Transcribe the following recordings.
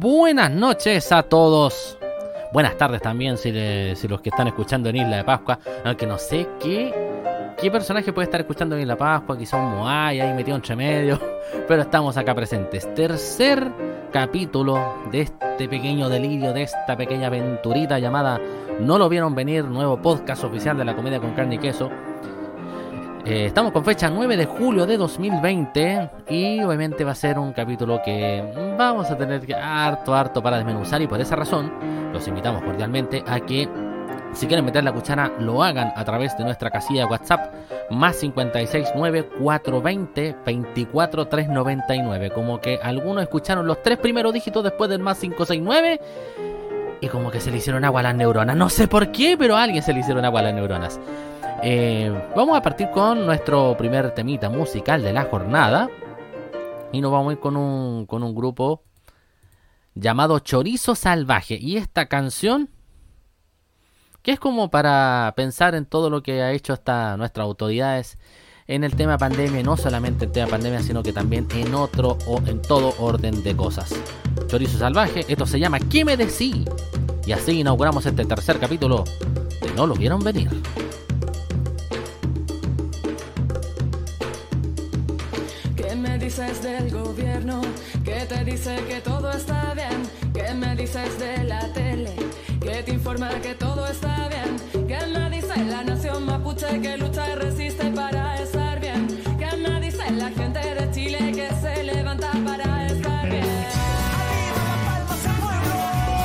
buenas noches a todos. Buenas tardes también si los que están escuchando en Isla de Pascua. Aunque no sé qué personaje puede estar escuchando en Isla de Pascua. Quizá un Moai ahí metido entre medio. Pero estamos acá presentes. Tercer capítulo de este pequeño delirio, de esta pequeña aventurita llamada No lo vieron venir, nuevo podcast oficial de la Comedia con Carne y Queso. Estamos con fecha 9 de julio de 2020 y obviamente va a ser un capítulo que vamos a tener harto para desmenuzar, y por esa razón los invitamos cordialmente a que, si quieren meter la cuchara, lo hagan a través de nuestra casilla de WhatsApp más 569 420 24 399. Como que algunos escucharon los 3 primeros dígitos después del más 569 y como que se le hicieron agua a las neuronas. No sé por qué, pero a alguien se le hicieron agua a las neuronas. Vamos a partir con nuestro primer temita musical de la jornada. Y nos vamos a ir con un grupo llamado Chorizo Salvaje. Y esta canción, que es como para pensar en todo lo que ha hecho hasta nuestras autoridades en el tema pandemia. Y no solamente el tema pandemia, sino que también en todo orden de cosas. Chorizo Salvaje, esto se llama ¿Qué me decí? Y así inauguramos este tercer capítulo de No lo vieron venir. ¿Qué me dices del gobierno? ¿Qué te dice que todo está bien? ¿Qué me dices de la tele? ¿Qué te informa que todo está bien? ¿Qué me dice la nación mapuche que lucha y resiste para estar bien? ¿Qué me dice la gente de Chile que se levanta para estar bien? ¡Arriba las palmas al pueblo!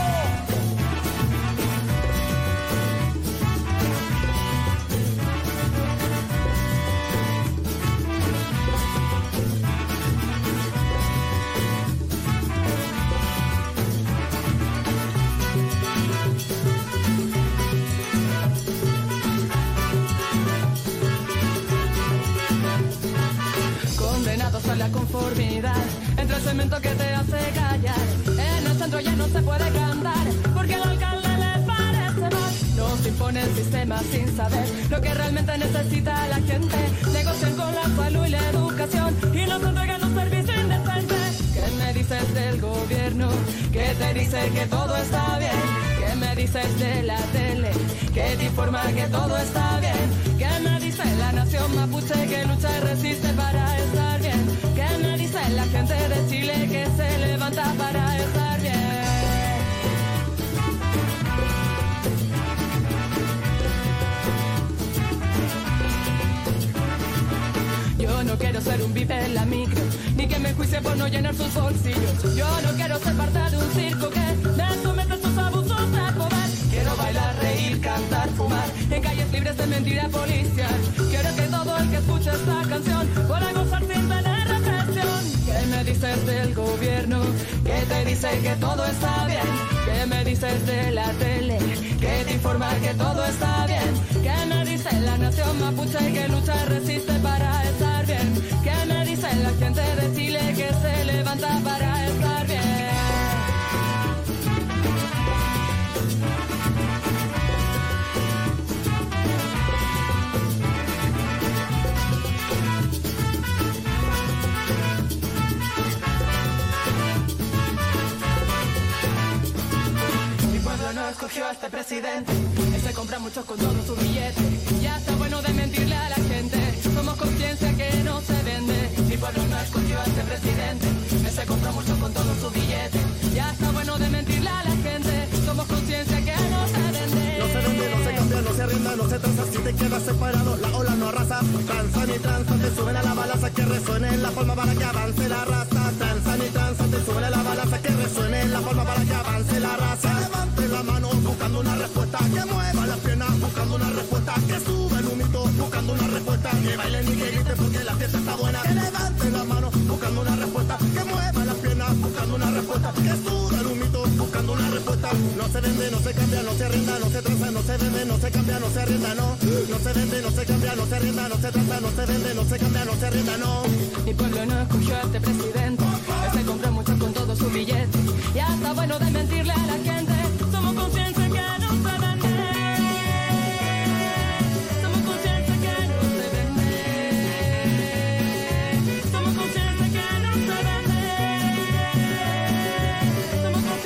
A la conformidad, entre el cemento que te hace callar. En el centro ya no se puede cantar, porque al alcalde le parece mal. Nos impone el sistema sin saber lo que realmente necesita la gente. Negocian con la salud y la educación y nos entregan un servicio indecente. ¿Qué me dices del gobierno? ¿Qué te dice que todo está bien? ¿Qué me dices de la tele? ¿Qué te informa que todo está bien? ¿Qué me dice la nación mapuche que lucha y resiste para estar bien? ¿Qué me dice la gente de Chile que se levanta para estar bien? Yo no quiero ser un VIP en la micro, ni que me juicie por no llenar sus bolsillos. Yo no quiero ser parte de un circo que me somete sus abusos de poder. Quiero bailar, reír, cantar, fumar en calles libres de mentira policial. Quiero que todo el que escuche esta canción pueda gozar sin tener represión. ¿Qué me dices del gobierno? ¿Qué te dice que todo está bien? ¿Qué me dices de la tele? ¿Qué te informa que todo está bien? ¿Qué me dice la nación mapuche que lucha y resiste para estar bien? ¿Qué me dice la gente de Chile que se levanta para estar bien? No escogió a este presidente, él se compra mucho con todo su billete. Ya está bueno de mentirle a la gente, somos conciencia que no se vende. Mi pueblo no escogió a este presidente, él se compra mucho con todo su billete. Ya está bueno de mentirle a la gente, somos conciencia que no se vende. No se vende, no se cambia, no se rinda, no se tranza. Si te quedas separado, la ola no arrasa. Tranza ni tranza, te suben a la balanza, que resuene en la palma para que avance la raza. Tranza ni tranza, te suben a la balanza, que resuene en la palma para que avance la raza. Levante la mano buscando una respuesta, que mueva las piernas buscando una respuesta, que sube el humito buscando una respuesta, que bailen y que griten porque la fiesta está buena. Que levante la mano buscando una respuesta, que mueva las piernas buscando una respuesta, que sube el humito buscando una respuesta. No se vende, no se cambia, no se rinda, no se tranza, no se vende, no se cambia, no se rinda, no. No se vende, no se cambia, no se rinda, no se tranza, no se vende, no se cambia, no se rinda, no. Mi pueblo no escogió a este presidente, él se compra mucho con todo su billete. Ya está bueno de mentirle a la gente, somos conciencia que no se vende. Somos conciencia que no se vende. Somos conciencia que no se vende. Somos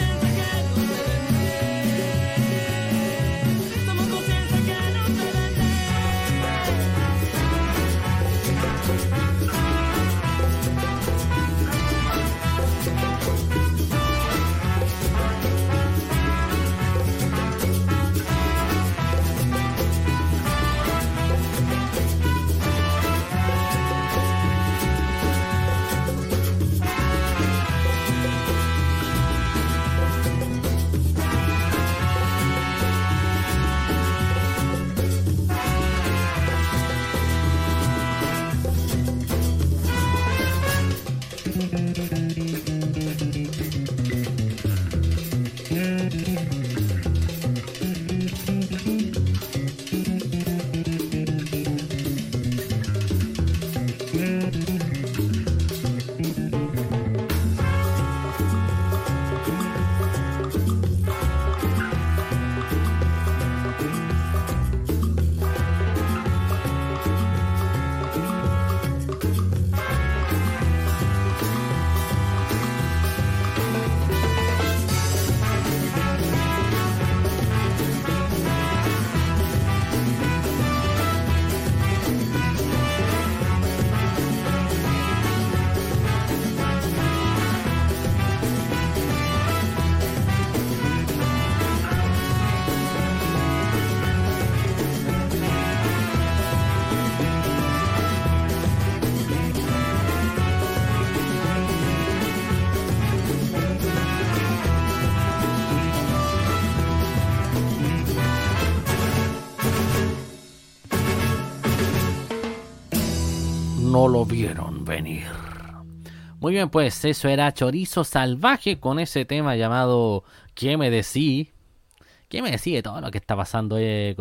no lo vieron venir. Muy bien, pues eso era Chorizo Salvaje con ese tema llamado ¿Qué me decí? ¿Qué me decís de todo lo que está pasando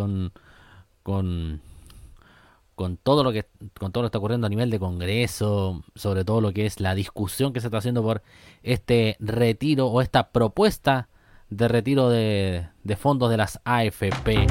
con, con todo lo que está ocurriendo a nivel de Congreso, sobre todo lo que es la discusión que se está haciendo por este retiro o esta propuesta de retiro de fondos de las AFP?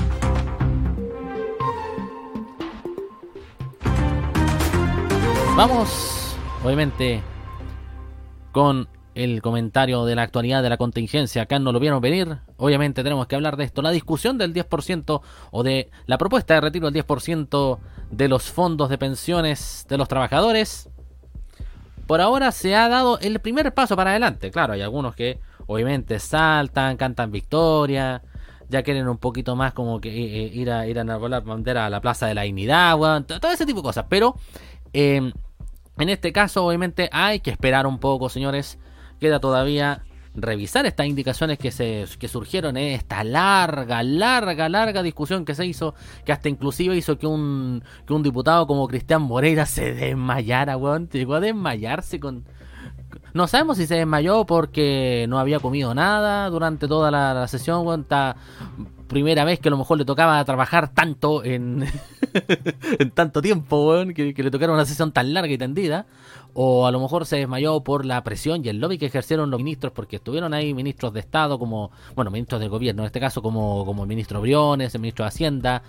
Vamos, obviamente, con el comentario de la actualidad de la contingencia. Acá no lo vieron venir. Obviamente tenemos que hablar de esto. La discusión del 10% o de la propuesta de retiro del 10% de los fondos de pensiones de los trabajadores. Por ahora se ha dado el primer paso para adelante. Claro, hay algunos que obviamente saltan, cantan victoria, ya quieren un poquito más como que ir a enarbolar bandera a la Plaza de la Dignidad, bueno, todo ese tipo de cosas. Pero en este caso obviamente hay que esperar un poco, señores. Queda todavía revisar estas indicaciones que surgieron en esta larga discusión que se hizo, que hasta inclusive hizo que un diputado como Cristian Moreira se desmayara, weón. Llegó a desmayarse con... No sabemos si se desmayó porque no había comido nada durante toda la sesión, weón. Primera vez que a lo mejor le tocaba trabajar tanto en tanto tiempo, weón, que le tocara una sesión tan larga y tendida. O a lo mejor se desmayó por la presión y el lobby que ejercieron los ministros, porque estuvieron ahí ministros de Estado, como, bueno, ministros del gobierno en este caso, como el ministro Briones, el ministro de Hacienda.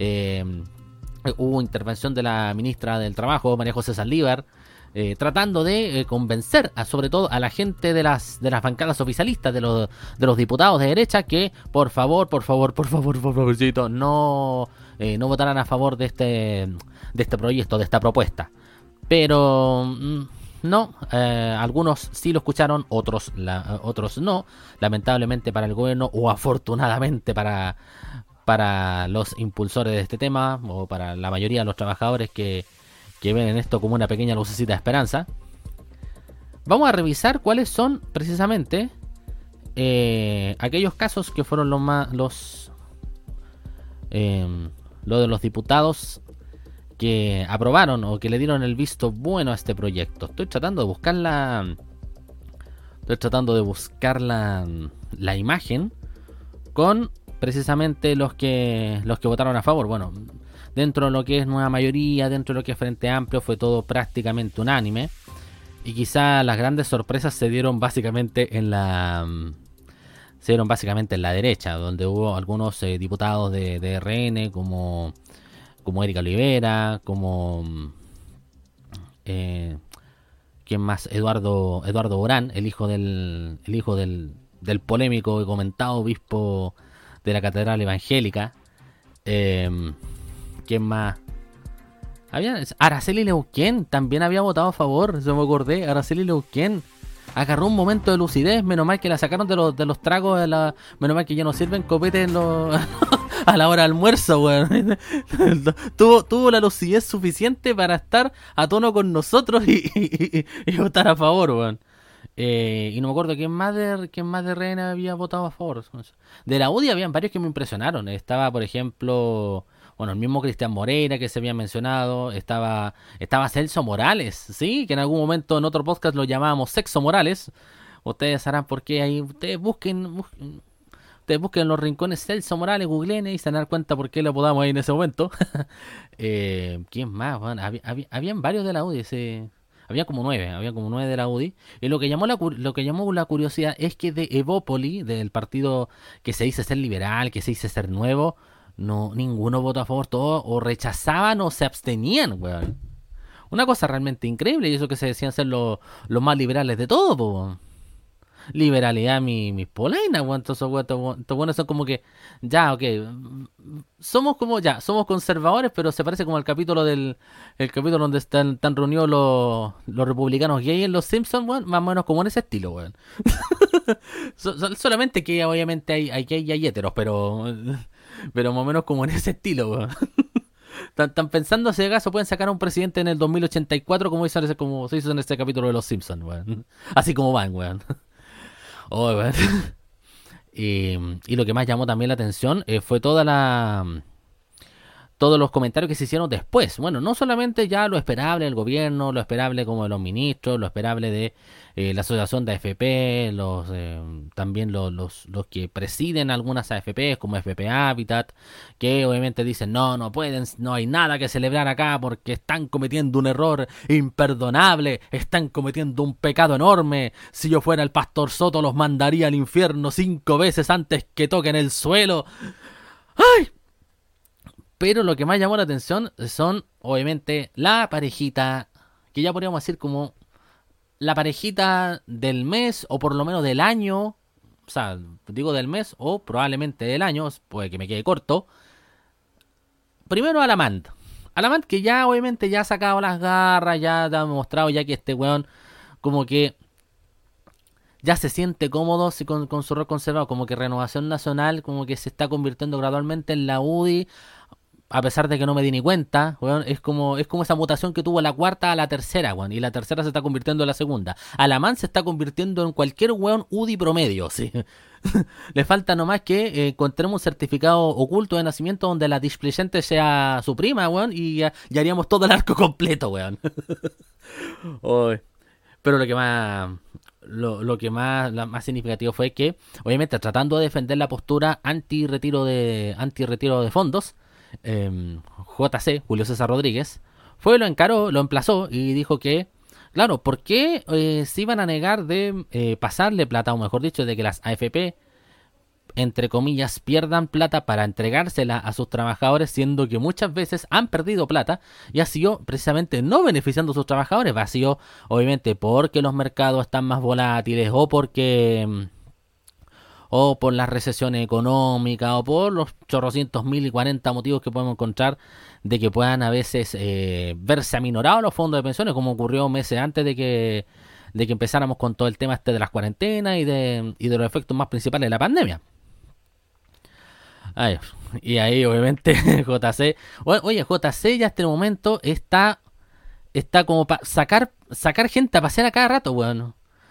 Hubo intervención de la ministra del Trabajo, María José Saldívar, tratando de convencer sobre todo a la gente de las bancadas oficialistas, de los diputados de derecha, que por favorcito, no votaran a favor de este proyecto, de esta propuesta. Pero no, algunos sí lo escucharon, otros no, lamentablemente para el gobierno o afortunadamente para los impulsores de este tema, o para la mayoría de los trabajadores que ven en esto como una pequeña lucecita de esperanza. Vamos a revisar cuáles son precisamente aquellos casos que fueron lo de los diputados que aprobaron o que le dieron el visto bueno a este proyecto. Estoy tratando de buscar la imagen con precisamente los que votaron a favor. Bueno, dentro de lo que es nueva mayoría, dentro de lo que es Frente Amplio, fue todo prácticamente unánime. Y quizá las grandes sorpresas se dieron básicamente en la derecha, donde hubo algunos diputados de RN, como Erika Olivera, como ¿quién más? Eduardo Borán, el hijo del polémico y comentado obispo de la Catedral Evangélica. ¿Quién más? Araceli Neuquén también había votado a favor, se me acordé. Araceli Neuquén agarró un momento de lucidez, menos mal que la sacaron de los tragos, menos mal que ya no sirven copetes a la hora de almuerzo, weón. Tuvo la lucidez suficiente para estar a tono con nosotros y votar a favor, weón. Y no me acuerdo quién más de RN había votado a favor. De la UDI habían varios que me impresionaron. Estaba, por ejemplo, bueno, el mismo Cristian Moreira que se había mencionado. Estaba Celso Morales, sí, que en algún momento en otro podcast lo llamábamos Sexo Morales. Ustedes sabrán por qué ahí. Ustedes busquen en los rincones Celso Morales, googleen y se van a dar cuenta por qué lo apodamos ahí en ese momento. ¿Quién más? Bueno, habían varios de la UDI, había como 9 de la UDI. Y lo que llamó la curiosidad es que de Evópoli, del partido que se dice ser liberal, que se dice ser nuevo, no, ninguno votó a favor, todos o rechazaban o se abstenían, weón. Una cosa realmente increíble, y eso que se decían ser los más liberales de todo, po. Liberalidad, mis polainas, weón. Estos buenos son como que, ya, ok, somos conservadores, pero se parece como al capítulo el capítulo donde están reunidos los republicanos gays en Los Simpsons, weón, más o menos como en ese estilo, weón. Solamente que obviamente hay gays y hay héteros, pero más o menos como en ese estilo, weón. Están pensando si acaso pueden sacar a un presidente en el 2084 como se hizo en este capítulo de Los Simpsons, weón. Así como van, weón. Oh, weón. Y lo que más llamó también la atención fue toda todos los comentarios que se hicieron después. Bueno, no solamente ya lo esperable del gobierno, lo esperable como de los ministros, lo esperable de la asociación de AFP, también los que presiden algunas AFP, como FP Habitat, que obviamente dicen, no pueden, no hay nada que celebrar acá porque están cometiendo un error imperdonable, están cometiendo un pecado enorme. Si yo fuera el pastor Soto los mandaría al infierno 5 veces antes que toquen el suelo. ¡Ay! Pero lo que más llamó la atención son, obviamente, la parejita, que ya podríamos decir como la parejita del mes, o por lo menos del año, o sea, digo del mes, o probablemente del año, puede que me quede corto. Primero Alamant. Alamant que ya, obviamente, ya ha sacado las garras, ya ha demostrado ya que este weón, como que ya se siente cómodo con su rol conservado, como que Renovación Nacional, como que se está convirtiendo gradualmente en la UDI, a pesar de que no me di ni cuenta, weón, es como esa mutación que tuvo la cuarta a la tercera, weón, y la tercera se está convirtiendo en la segunda. Alamán se está convirtiendo en cualquier weón UDI promedio, sí. Le falta nomás que encontremos un certificado oculto de nacimiento donde la displayente sea su prima, weón, y ya haríamos todo el arco completo, weón. Pero lo más significativo fue que, obviamente, tratando de defender la postura anti-retiro de fondos, JC, Julio César Rodríguez, lo encaró, lo emplazó y dijo que, claro, ¿por qué se iban a negar de pasarle plata, o mejor dicho, de que las AFP, entre comillas, pierdan plata para entregársela a sus trabajadores, siendo que muchas veces han perdido plata y ha sido precisamente no beneficiando a sus trabajadores? Ha sido, obviamente, porque los mercados están más volátiles, o por la recesión económica, o por los chorrocientos mil y 40 motivos que podemos encontrar de que puedan a veces verse aminorados los fondos de pensiones, como ocurrió meses antes de que empezáramos con todo el tema de las cuarentenas y de los efectos más principales de la pandemia. Ay, y ahí obviamente JC, oye, JC ya hasta el momento está como para sacar gente a pasear a cada rato, weón.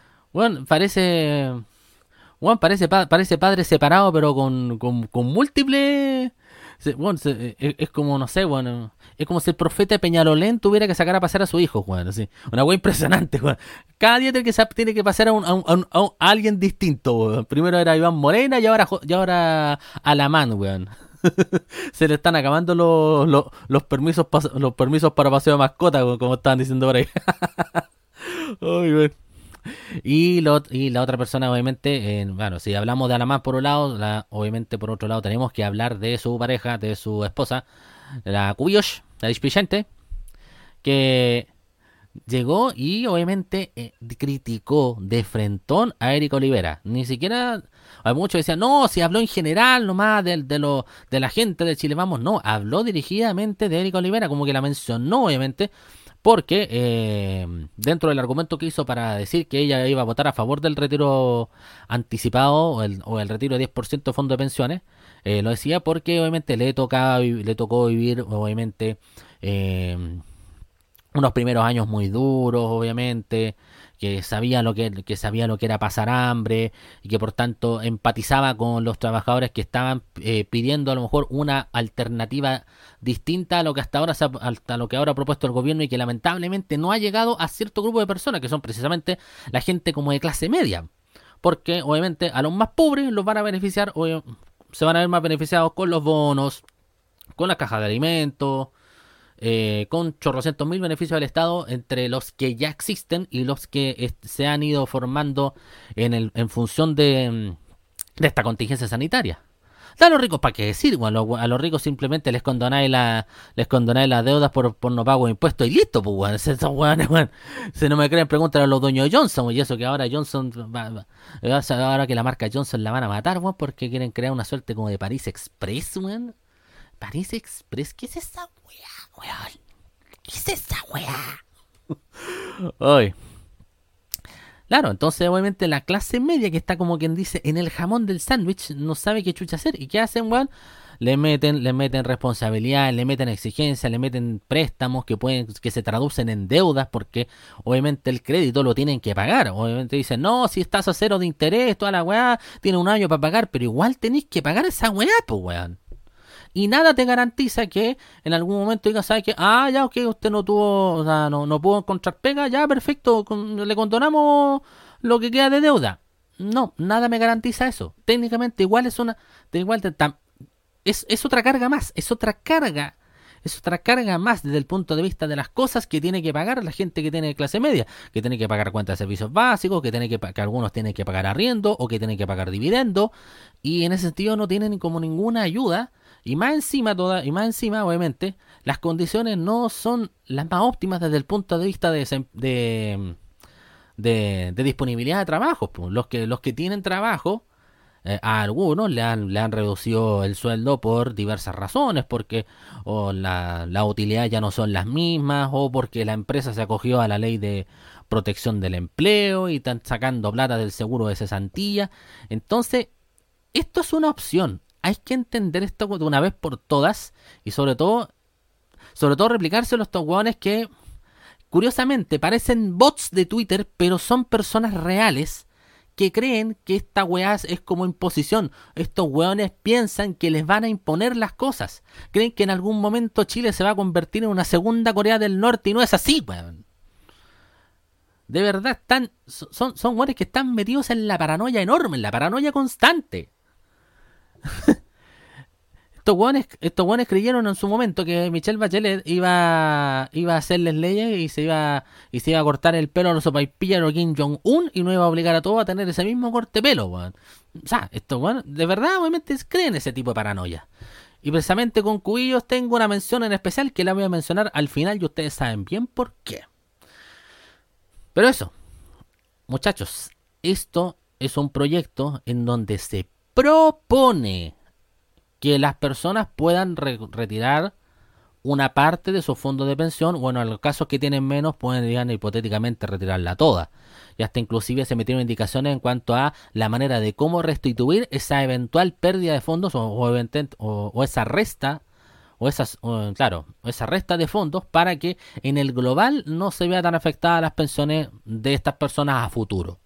Parece padre separado, pero con múltiples. Es como, no sé, bueno, es como si el profeta de Peñalolén tuviera que sacar a pasear a su hijo, bueno, así. Una wea impresionante, bueno. Cada día tiene que pasear a alguien distinto, bueno. Primero era Iván Morena y ahora Alamán, weón. Se le están acabando los permisos para paseo de mascota, como estaban diciendo por ahí. Ay, weón. Y la otra persona, obviamente, bueno, si hablamos de Alamán por un lado, obviamente por otro lado tenemos que hablar de su pareja, de su esposa, la Cubillos, la displicente, que llegó y obviamente criticó de frentón a Éric Olivera. Ni siquiera, hay muchos decían, no, si habló en general nomás de la gente de Chile Vamos, no, habló dirigidamente de Éric Olivera, como que la mencionó, obviamente, porque dentro del argumento que hizo para decir que ella iba a votar a favor del retiro anticipado o el retiro de 10% de fondo de pensiones, lo decía porque obviamente le tocó vivir obviamente unos primeros años muy duros, obviamente, que sabía lo que era pasar hambre y que por tanto empatizaba con los trabajadores que estaban pidiendo a lo mejor una alternativa distinta a lo que ahora ha propuesto el gobierno, y que lamentablemente no ha llegado a cierto grupo de personas que son precisamente la gente como de clase media, porque obviamente a los más pobres los van a beneficiar, se van a ver más beneficiados con los bonos, con las cajas de alimentos, con chorrocientos mil beneficios del Estado, entre los que ya existen y los que se han ido formando en función de esta contingencia sanitaria. A los ricos, ¿para qué decir? Bueno, a los ricos simplemente les condonáis las deudas por no pago de impuestos y listo, pues, bueno. Esos weones, bueno. Si no me creen, pregúntale a los dueños de Johnson, y eso que ahora Johnson, ahora que la marca Johnson la van a matar, weón, porque quieren crear una suerte como de Paris Express, weón. Paris Express, ¿qué es esa weá, weón? ¿Qué es esa weá? Ay. Claro, entonces obviamente la clase media, que está como quien dice en el jamón del sándwich, no sabe qué chucha hacer. ¿Y qué hacen, weón? Le meten responsabilidad, le meten exigencias, le meten préstamos que se traducen en deudas, porque obviamente el crédito lo tienen que pagar. Obviamente dicen, no, si estás a cero de interés, toda la weá, tiene un año para pagar, pero igual tenéis que pagar esa weá, pues, weón. Y nada te garantiza que en algún momento digas, ¿sabes qué? Ya, ok, usted no tuvo, o sea, no pudo encontrar pega, ya, perfecto, le condonamos lo que queda de deuda. No, nada me garantiza eso. Técnicamente igual es es otra carga más, es otra carga más desde el punto de vista de las cosas que tiene que pagar la gente que tiene clase media, que tiene que pagar cuentas de servicios básicos, que algunos tienen que pagar arriendo o que tienen que pagar dividendo, y en ese sentido no tienen como ninguna ayuda, y más encima obviamente las condiciones no son las más óptimas desde el punto de vista de disponibilidad de trabajo. Los que tienen trabajo, a algunos le han reducido el sueldo por diversas razones, porque o las utilidades ya no son las mismas, o porque la empresa se acogió a la ley de protección del empleo y están sacando plata del seguro de cesantía. Entonces, esto es una opción. Hay que entender esto de una vez por todas, y sobre todo replicárselo a estos hueones que curiosamente parecen bots de Twitter, pero son personas reales que creen que esta weá es como imposición. Estos weones piensan que les van a imponer las cosas. Creen que en algún momento Chile se va a convertir en una segunda Corea del Norte, y no es así, weón. De verdad, son weones que están metidos en la paranoia enorme, en la paranoia constante. Estos weones creyeron en su momento que Michelle Bachelet iba a hacerles leyes y se iba a cortar el pelo a los sopaipillas de Kim Jong-un, y no iba a obligar a todos a tener ese mismo corte de pelo, weón. O sea, estos weones de verdad obviamente creen ese tipo de paranoia. Y precisamente con Cubillos tengo una mención en especial que la voy a mencionar al final, y ustedes saben bien por qué. Pero eso, muchachos, esto es un proyecto en donde se propone que las personas puedan retirar una parte de su fondo de pensión. Bueno, en los casos que tienen menos pueden, digamos, hipotéticamente retirarla toda. Y hasta inclusive se metieron indicaciones en cuanto a la manera de cómo restituir esa eventual pérdida de fondos o esa resta, esa resta de fondos, para que en el global no se vea tan afectadas las pensiones de estas personas a futuro.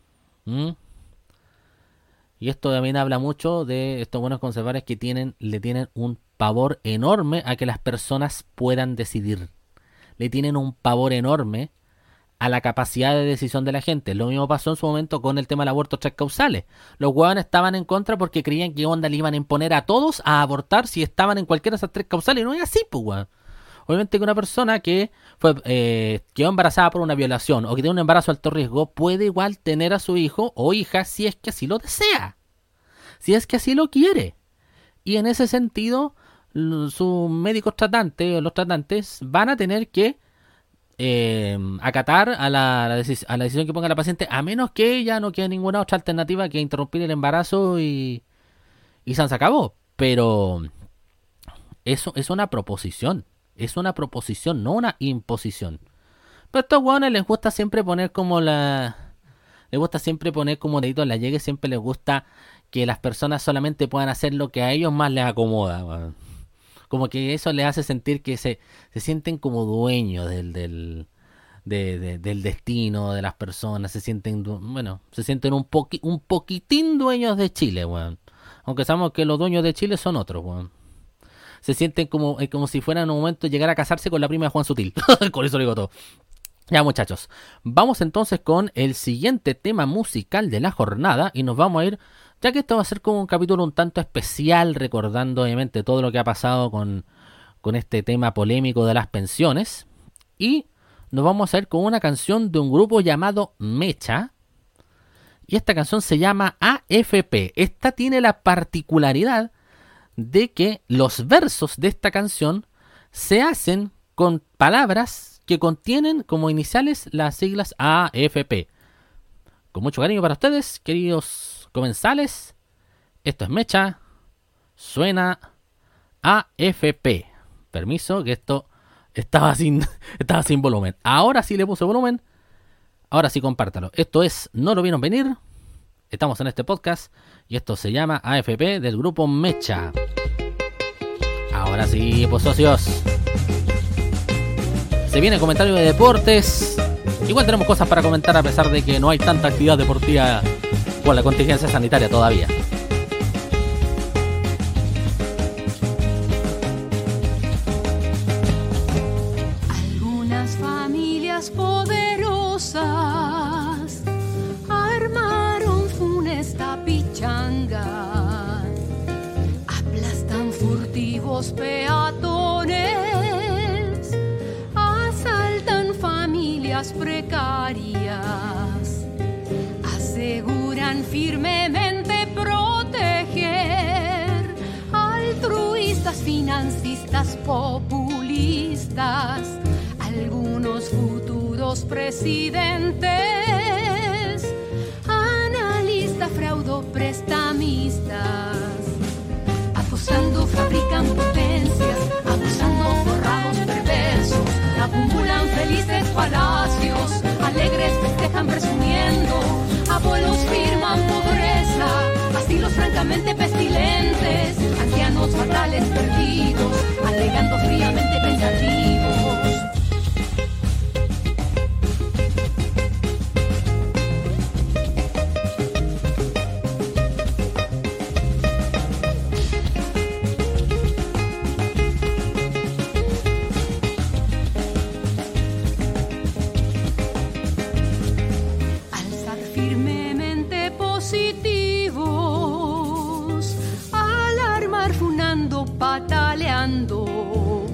Y esto también habla mucho de estos buenos conservadores que le tienen un pavor enorme a que las personas puedan decidir. Le tienen un pavor enorme a la capacidad de decisión de la gente. Lo mismo pasó en su momento con el tema del aborto 3 causales. Los huevones estaban en contra porque creían que onda le iban a imponer a todos a abortar si estaban en cualquiera de esas 3 causales. Y no es así, pues, weón. Obviamente que una persona que quedó embarazada por una violación o que tiene un embarazo de alto riesgo puede igual tener a su hijo o hija si es que así lo desea, si es que así lo quiere. Y en ese sentido, sus médicos tratantes o los tratantes van a tener que acatar a la decisión que ponga la paciente, a menos que ella no quede ninguna otra alternativa que interrumpir el embarazo y se acabó. Pero eso es una proposición. Es una proposición, no una imposición. Pero a estos hueones les gusta siempre poner como dedito en la llaga. Siempre les gusta que las personas solamente puedan hacer lo que a ellos más les acomoda, weón. Como que eso les hace sentir que se sienten como dueños del destino de las personas. Se sienten un poquitín dueños de Chile, weón. Aunque sabemos que los dueños de Chile son otros, weón. Se sienten como si fuera en un momento llegar a casarse con la prima de Juan Sutil. Con eso lo digo todo. Ya, muchachos, vamos entonces con el siguiente tema musical de la jornada, y nos vamos a ir, ya que esto va a ser como un capítulo un tanto especial, recordando obviamente todo lo que ha pasado con este tema polémico de las pensiones, y nos vamos a ir con una canción de un grupo llamado Mecha, y esta canción se llama AFP. Esta tiene la particularidad de que los versos de esta canción se hacen con palabras que contienen como iniciales las siglas AFP. Con mucho cariño para ustedes, queridos comensales, esto es Mecha, suena AFP. Permiso, que esto estaba sin volumen. Ahora sí le puse volumen, ahora sí compártalo. Esto es No Lo Vieron Venir. Estamos en este podcast y esto se llama AFP del grupo Mecha. Ahora sí, pues socios. Se viene comentario de deportes. Igual tenemos cosas para comentar a pesar de que no hay tanta actividad deportiva por la contingencia sanitaria todavía. los peatones, asaltan familias precarias, aseguran firmemente proteger altruistas, financistas, populistas, algunos futuros presidentes, analistas, fraudoprestamistas. Abusando fabrican potencias, abusando forrados perversos, acumulan felices palacios, alegres festejan presumiendo, abuelos firman pobreza, asilos francamente pestilentes, ancianos fatales perdidos, alegando fríamente pensativos. Pataleando,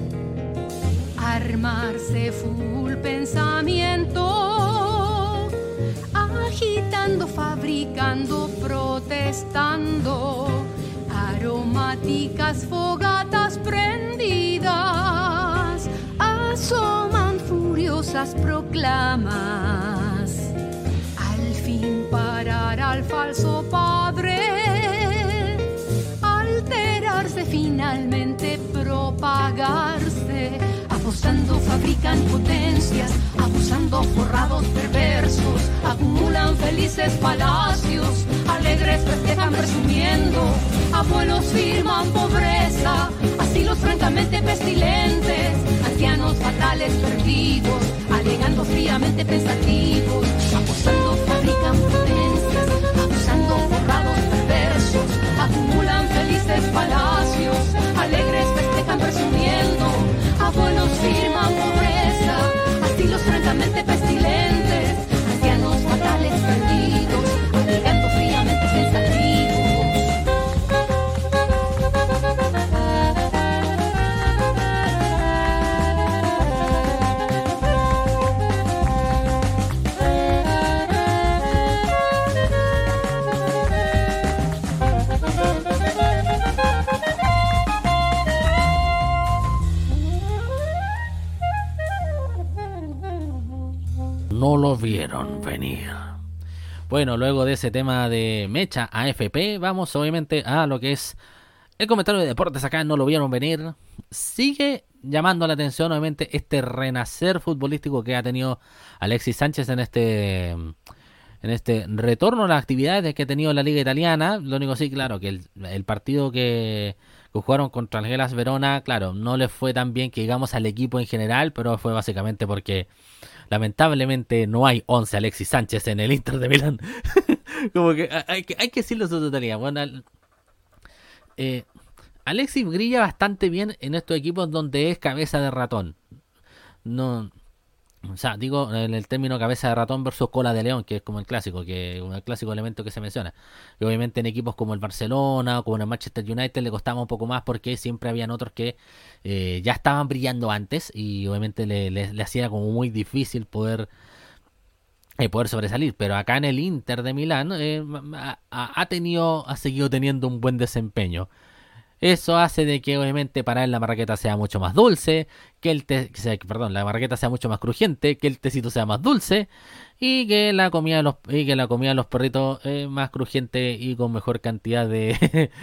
armarse full pensamiento, agitando, fabricando, protestando, aromáticas fogatas prendidas, asoman furiosas proclamas, al fin parar al falso padre, finalmente propagarse, apostando fabrican potencias, abusando forrados perversos, acumulan felices palacios, alegres festejan presumiendo, abuelos firman pobreza, asilos francamente pestilentes, ancianos fatales perdidos, alegando fríamente pensativos, apostando fabrican potencias, abusando forrados perversos, acumulan felices palacios, alegres festejan presumiendo, abuelos firman pobreza, asilos francamente pestilentes, ancianos fatales perdidos, alegando fríamente pensativos. No lo vieron venir. Bueno, luego de ese tema de Mecha AFP, vamos obviamente a lo que es el comentario de deportes. Acá no lo vieron venir. Sigue llamando la atención obviamente este renacer futbolístico que ha tenido Alexis Sánchez en este retorno a las actividades que ha tenido en la Liga Italiana. Lo único sí, claro, que el partido que jugaron contra el Hellas Verona, claro, no le fue tan bien que digamos al equipo en general, pero fue básicamente porque lamentablemente no hay 11 Alexis Sánchez en el Inter de Milán. Como que hay que decirlo en su totalidad. Bueno, Alexis brilla bastante bien en estos equipos donde es cabeza de ratón. No, o sea, digo en el término cabeza de ratón versus cola de león, que es como el clásico elemento que se menciona. Y obviamente en equipos como el Barcelona o como el Manchester United le costaba un poco más porque siempre habían otros que ya estaban brillando antes y obviamente le hacía como muy difícil poder sobresalir. Pero acá en el Inter de Milán ha seguido teniendo un buen desempeño. Eso hace de que obviamente para él la marraqueta sea mucho más dulce, la marraqueta sea mucho más crujiente, que el tecito sea más dulce y que la comida de los perritos más crujiente y con mejor cantidad de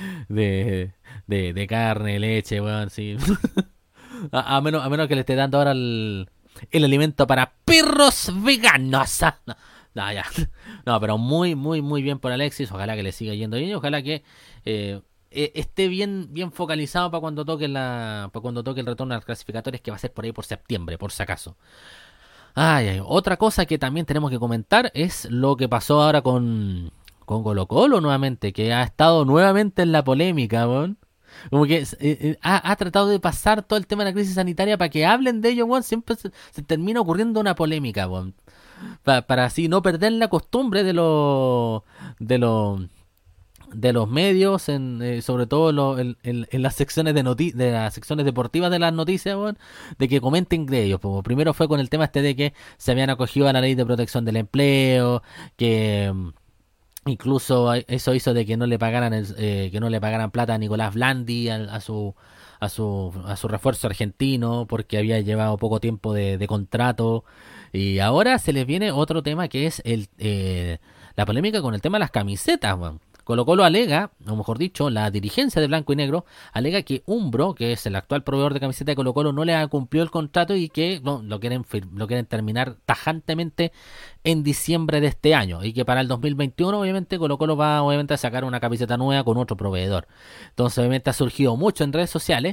carne, leche, bueno, sí. a menos que le esté dando ahora el alimento para perros veganos. No, ya. No, pero muy, muy, muy bien por Alexis. Ojalá que le siga yendo bien y ojalá que esté bien focalizado para cuando toque el retorno a las clasificatorias, que va a ser por ahí por septiembre, por si acaso. Otra cosa que también tenemos que comentar es lo que pasó ahora con Colo-Colo nuevamente, que ha estado nuevamente en la polémica, ¿bon? Como que ha tratado de pasar todo el tema de la crisis sanitaria para que hablen de ello, ¿bon? Siempre se termina ocurriendo una polémica, ¿bon? Para así no perder la costumbre de lo de los medios, sobre todo en las secciones de las secciones deportivas de las noticias, weón, de que comenten de ellos. Pues, primero fue con el tema de que se habían acogido a la ley de protección del empleo, que incluso eso hizo de que no le pagaran que no le pagaran plata a Nicolás Blandi, a su refuerzo argentino, porque había llevado poco tiempo de contrato. Y ahora se les viene otro tema, que es la polémica con el tema de las camisetas, weón. Colo-Colo alega, o mejor dicho, la dirigencia de Blanco y Negro alega que Umbro, que es el actual proveedor de camiseta de Colo-Colo, no le ha cumplido el contrato y que lo quieren terminar tajantemente en diciembre de este año, y que para el 2021 obviamente Colo-Colo va obviamente a sacar una camiseta nueva con otro proveedor. Entonces obviamente ha surgido mucho en redes sociales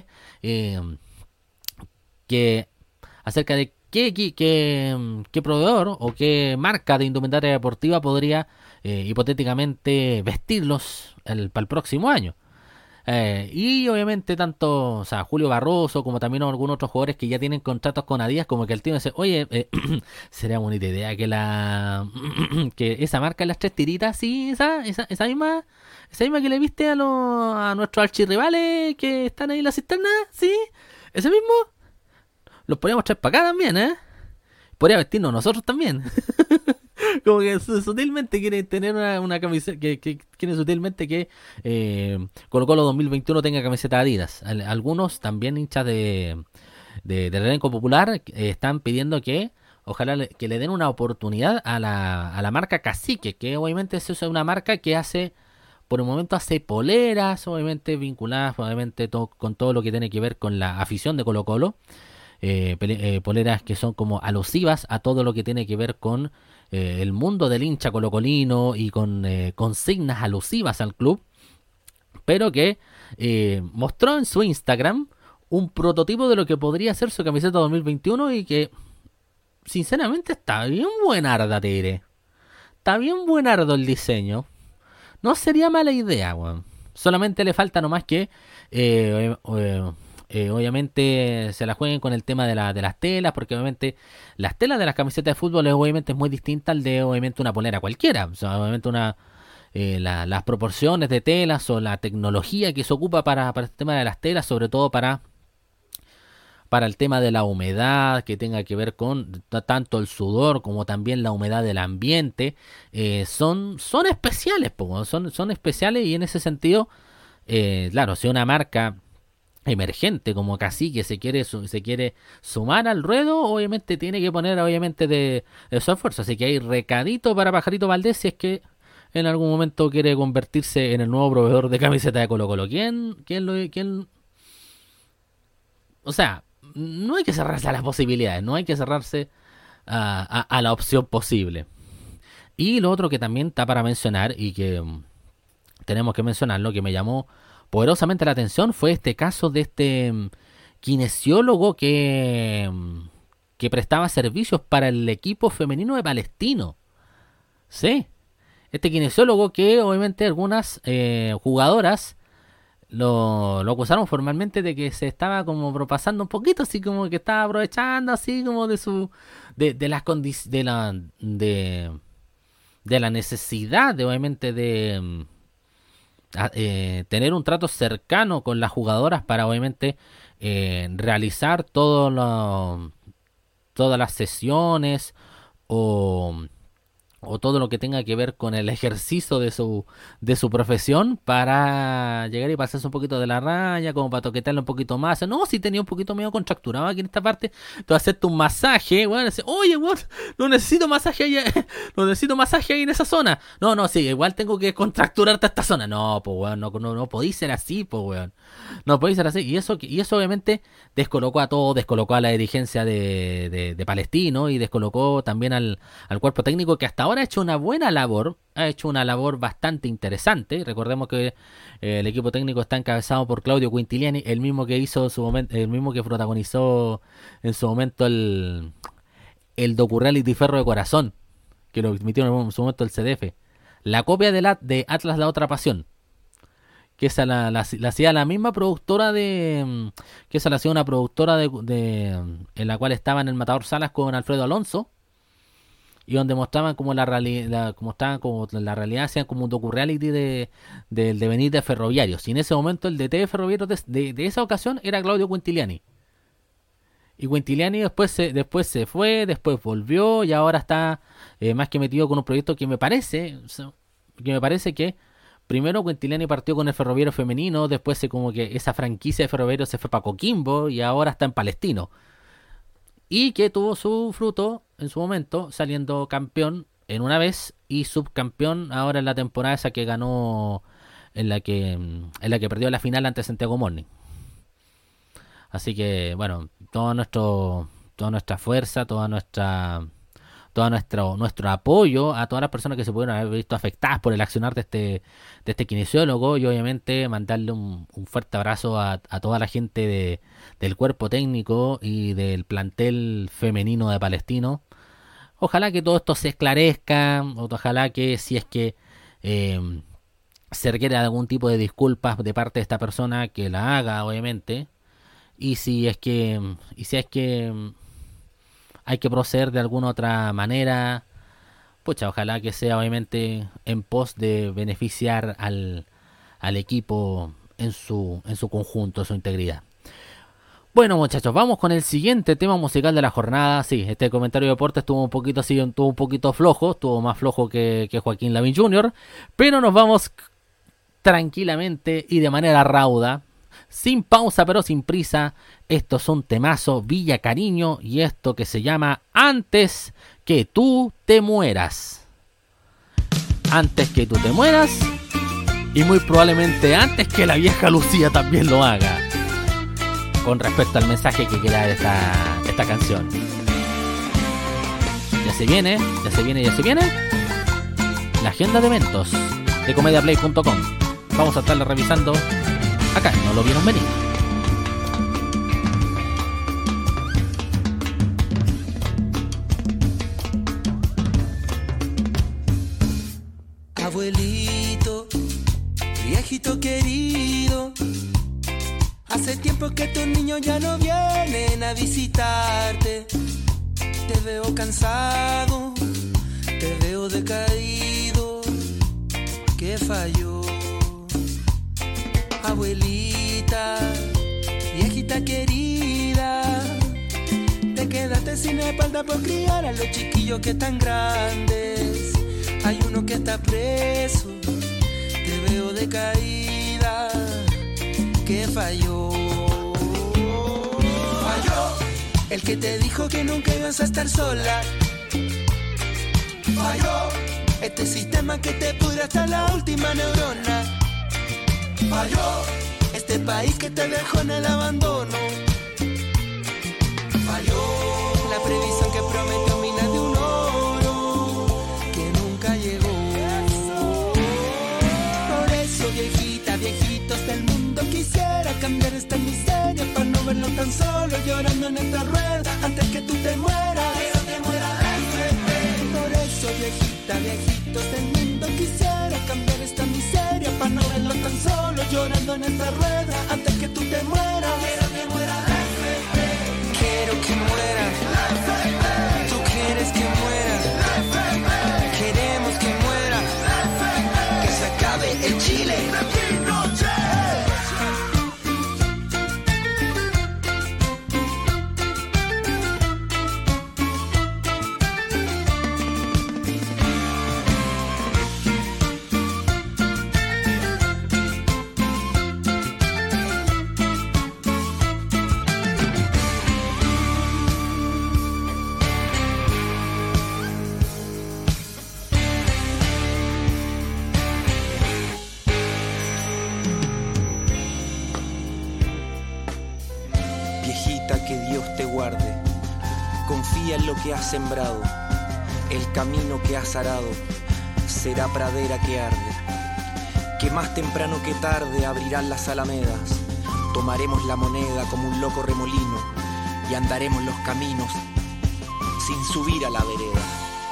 que acerca de qué proveedor o qué marca de indumentaria deportiva podría hipotéticamente vestirlos para el próximo año. Y obviamente tanto, o sea, Julio Barroso como también algunos otros jugadores que ya tienen contratos con Adidas, como que el tío dice, oye, sería bonita idea que que esa marca de las tres tiritas, sí, esa misma que le viste a nuestros archirrivales que están ahí en la cisterna, sí, ese mismo, los podríamos traer para acá también, podría vestirnos nosotros también. Como que sutilmente quieren tener una camiseta, que quieren sutilmente que Colo-Colo 2021 tenga camiseta Adidas. Algunos también hinchas del elenco popular están pidiendo que ojalá que le den una oportunidad a la marca Cacique, que obviamente es una marca que por el momento hace poleras, obviamente vinculadas obviamente con todo lo que tiene que ver con la afición de Colo-Colo. Poleras que son como alusivas a todo lo que tiene que ver con el mundo del hincha colocolino y con consignas alusivas al club, pero que mostró en su Instagram un prototipo de lo que podría ser su camiseta 2021 y que sinceramente está bien buenarda, te diré. Está bien buenardo el diseño. No sería mala idea, weón. Solamente le falta nomás que obviamente se la jueguen con el tema de las telas, porque obviamente las telas de las camisetas de fútbol obviamente es muy distinta al de obviamente una polera cualquiera. O sea, obviamente las proporciones de telas o la tecnología que se ocupa para el tema de las telas, sobre todo para el tema de la humedad, que tenga que ver con tanto el sudor como también la humedad del ambiente, son especiales, son especiales, y en ese sentido, claro, si una marca emergente como Cacique se quiere sumar al ruedo, obviamente tiene que poner obviamente de su esfuerzo. Así que hay recadito para Pajarito Valdés si es que en algún momento quiere convertirse en el nuevo proveedor de camiseta de Colo-Colo. ¿Quién? O sea, no hay que cerrarse a las posibilidades, no hay que cerrarse a la opción posible. Y lo otro que también está para mencionar y que tenemos que mencionarlo, que me llamó poderosamente la atención, fue este caso de este kinesiólogo que prestaba servicios para el equipo femenino de Palestino. Sí, este kinesiólogo que obviamente algunas jugadoras lo acusaron formalmente de que se estaba como propasando un poquito, así como que estaba aprovechando así como de las condiciones de la necesidad de obviamente de tener un trato cercano con las jugadoras para obviamente realizar todas las sesiones o todo lo que tenga que ver con el ejercicio de su profesión, para llegar y pasarse un poquito de la raya, como para toquetearle un poquito más. No, si tenía un poquito medio contracturado aquí en esta parte, te voy a hacerte un masaje, bueno, oye, bueno, no necesito masaje ahí, no necesito masaje ahí en esa zona. No, sí, igual tengo que contracturarte esta zona. No, pues weón, no podéis ser así, pues weón. No podéis ser así. Y eso obviamente descolocó a todo, descolocó a la dirigencia de Palestino, y descolocó también al cuerpo técnico, que hasta ahora ha hecho una buena labor, ha hecho una labor bastante interesante. Recordemos que el equipo técnico está encabezado por Claudio Quintiliani, el mismo que hizo el mismo que protagonizó en su momento el docu-reality Ferro de Corazón, que lo emitió en su momento el CDF. La copia de Atlas La Otra Pasión, que esa la hacía la misma productora que esa la hacía una productora en la cual estaban el Matador Salas con Alfredo Alonso. y donde mostraban como la realidad, como estaban como la realidad, hacían como un docu-reality del devenir de Ferroviarios. Y en ese momento el DT de Ferroviarios de esa ocasión era Claudio Quintiliani. Y Quintiliani después se fue, después volvió y ahora está más que metido con un proyecto que me parece que primero Quintiliani partió con el Ferroviario femenino, después como que esa franquicia de Ferroviario se fue para Coquimbo y ahora está en Palestino. Y que tuvo su fruto en su momento, saliendo campeón en una vez y subcampeón ahora en la temporada esa que ganó, en la que perdió la final ante Santiago Morning. Así que bueno, toda nuestra fuerza, nuestro apoyo a todas las personas que se pudieron haber visto afectadas por el accionar de este kinesiólogo, y obviamente mandarle un fuerte abrazo a toda la gente del cuerpo técnico y del plantel femenino de Palestino. Ojalá que todo esto se esclarezca, ojalá que si es que se requiere algún tipo de disculpas de parte de esta persona, que la haga obviamente, y si es que hay que proceder de alguna otra manera, pucha, ojalá que sea obviamente en pos de beneficiar al equipo en su conjunto, en su integridad. Bueno, muchachos, vamos con el siguiente tema musical de la jornada. Sí, este comentario de deporte estuvo un poquito flojo, estuvo más flojo que Joaquín Lavín Jr., pero nos vamos tranquilamente y de manera rauda, sin pausa pero sin prisa. Esto es un temazo, Villa Cariño, y esto que se llama Antes que tú te mueras. Antes que tú te mueras, y muy probablemente antes que la vieja Lucía también lo haga, con respecto al mensaje que quiera esta canción. Ya se viene la agenda de eventos de comediaplay.com. Vamos a estarla revisando acá, no lo vieron venir. Abuelito, viejito querido, hace tiempo que tus niños ya no vienen a visitarte. Te veo cansado, te veo decaído. ¿Qué falló? Abuelita, viejita querida, te quedaste sin espalda por criar a los chiquillos que están grandes. Hay uno que está preso, te veo decaída. ¿Qué falló? Falló el que te dijo que nunca ibas a estar sola. Falló este sistema que te pudre hasta la última neurona. Falló este país que te dejó en el abandono. Falló la previsión que prometió minas de un oro que nunca llegó. Por eso, viejita, viejitos del mundo, quisiera cambiar esta miseria para no verlo tan solo llorando en esta rueda antes que tú te mueras. Quiero que muera de frente. Por eso, viejita, viejitos del mundo, quisiera cambiar esta miseria para no verlo tan solo llorando en esta rueda antes que tú te mueras. Quiero que muera de frente. Quiero que muera. Tú quieres que muera. Queremos que muera. Que se acabe el Chile. Confía en lo que has sembrado, el camino que has arado será pradera que arde, que más temprano que tarde abrirán las alamedas, tomaremos la moneda como un loco remolino y andaremos los caminos sin subir a la vereda.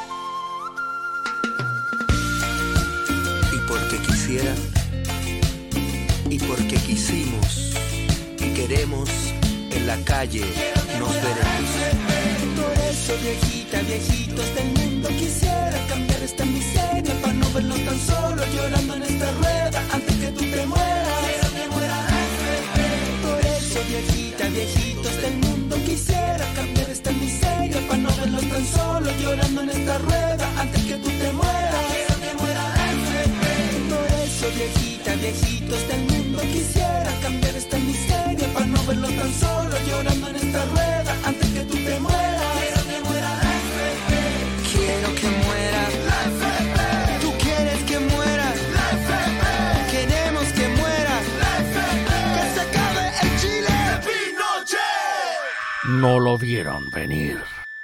Y porque quisiera, y porque quisimos y queremos, en la calle nos veremos. Por eso, viejita, viejitos del mundo, quisiera cambiar esta miseria para no vernos tan solos llorando en esta rueda antes que tú te mueras. Quiero que muera por eso, viejita, viejitos del mundo, quisiera cambiar esta miseria para no vernos tan solos llorando en esta rueda antes que tú te mueras. Quiero que muera por eso, viejita, viejitos del mundo, quisiera cambiar esta miseria para no verlos tan solos llorando en esta rueda antes que tú te mueras. Quiero que muera la FP. Quiero que muera la FP. Tú quieres que muera la FP. Queremos que muera la FP. Que se acabe el Chile de Pinochet. No lo vieron venir.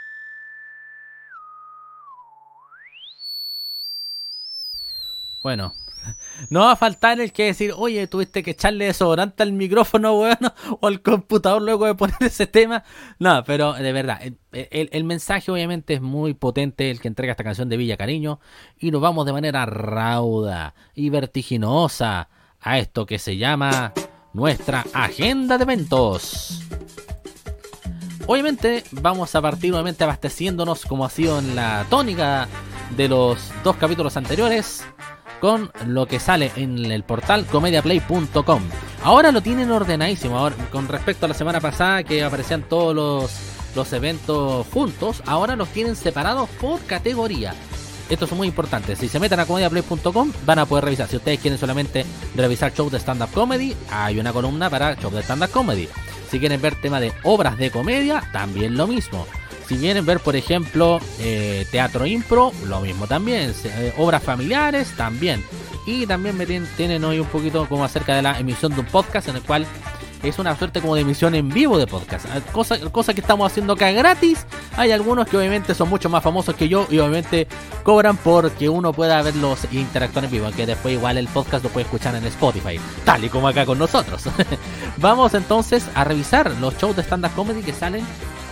Bueno, no va a faltar el que decir, oye, tuviste que echarle desodorante al micrófono, weón, o al computador luego de poner ese tema. No, pero de verdad, el mensaje obviamente es muy potente, el que entrega esta canción de Villa Cariño, y nos vamos de manera rauda y vertiginosa a esto que se llama nuestra agenda de eventos. Obviamente vamos a partir nuevamente abasteciéndonos, como ha sido en la tónica de los 2 capítulos anteriores, con lo que sale en el portal comediaplay.com. Ahora lo tienen ordenadísimo. Ahora, con respecto a la semana pasada que aparecían todos los eventos juntos, ahora los tienen separados por categoría. Esto es muy importante. Si se meten a comediaplay.com van a poder revisar. Si ustedes quieren solamente revisar shows de stand-up comedy, hay una columna para shows de stand-up comedy. Si quieren ver tema de obras de comedia, también lo mismo. Si quieren ver, por ejemplo, teatro impro, lo mismo también. Obras familiares, también. Y también tienen hoy un poquito como acerca de la emisión de un podcast, en el cual es una suerte como de emisión en vivo de podcast. Cosa que estamos haciendo acá gratis. Hay algunos que obviamente son mucho más famosos que yo y obviamente cobran porque uno pueda verlos e interactuar en vivo. Aunque después igual el podcast lo puede escuchar en Spotify, tal y como acá con nosotros. Vamos entonces a revisar los shows de stand-up comedy que salen.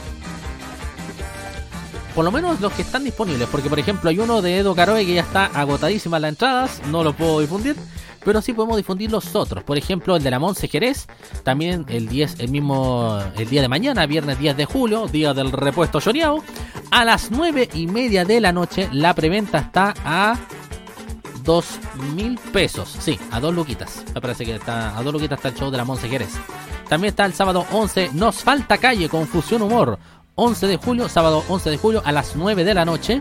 Por lo menos los que están disponibles, porque por ejemplo hay uno de Edo Caroe que ya está agotadísima las entradas, no lo puedo difundir, pero sí podemos difundir los otros. Por ejemplo el de la Monse Jerez, también el día de mañana, viernes 10 de julio, día del repuesto choreado, a las 9:30 de la noche. La preventa está a 2.000 pesos, sí, a 2 luquitas, me parece que está a 2 luquitas está el show de la Monse Jerez. También está el sábado 11, Nos Falta Calle, Confusión Humor, 11 de julio, sábado 11 de julio a las 9 de la noche.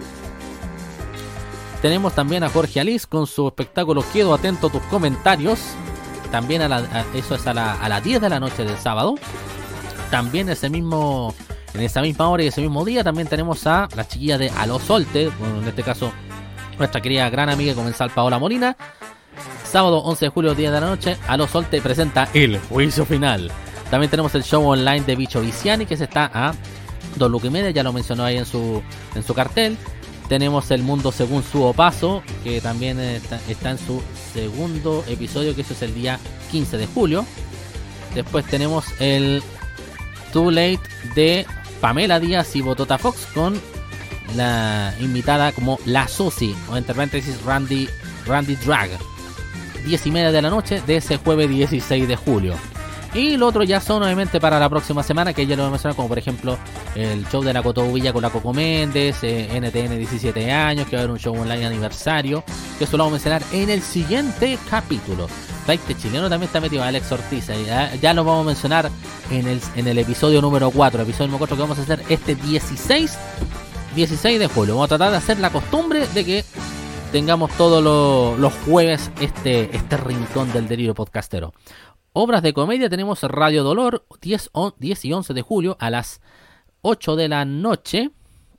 Tenemos también a Jorge Alice con su espectáculo Quedo Atento a Tus Comentarios. También eso es a las 10 de la noche del sábado. También en esa misma hora y ese mismo día también tenemos a la chiquilla de Aló Solte, bueno, en este caso nuestra querida gran amiga y comensal Paola Molina. Sábado 11 de julio, 10 de la noche, Aló Solte presenta El Juicio Final. También tenemos el show online de Bicho Viciani, que se está a 2 lucas y media, ya lo mencionó ahí en su cartel. Tenemos El Mundo Según Su Opaso, que también está en su segundo episodio, que eso es el día 15 de julio. Después tenemos el Too Late de Pamela Díaz y Botota Fox, con la invitada como La Susi, o entre paréntesis Randy Drag. 10:30 de la noche de ese jueves 16 de julio. Y lo otro ya son obviamente para la próxima semana, que ya lo voy a mencionar, como por ejemplo el show de la Coto Villa con la Coco Méndez, NTN 17 años, que va a haber un show online aniversario, que eso lo vamos a mencionar en el siguiente capítulo. Flight chileno también está metido, Alex Ortiz, ya lo vamos a mencionar en el episodio número 4, que vamos a hacer este 16 de julio. Vamos a tratar de hacer la costumbre de que tengamos todos los jueves este rincón del delirio podcastero. Obras de comedia tenemos Radio Dolor, 10 y 11 de julio a las 8 de la noche.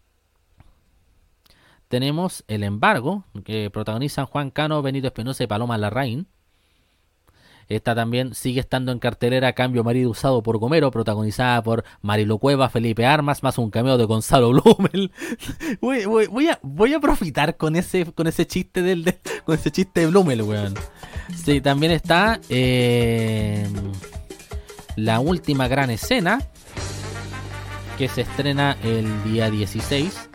Tenemos El Embargo, que protagonizan Juan Cano, Benito Espinosa y Paloma Larraín. Esta también sigue estando en cartelera, Cambio Marido Usado por Gomero, protagonizada por Marilo Cueva, Felipe Armas, más un cameo de Gonzalo Blumel. Voy a profitar con ese chiste con ese chiste de Blumel, weón. Sí, también está La Última Gran Escena, que se estrena el día 16.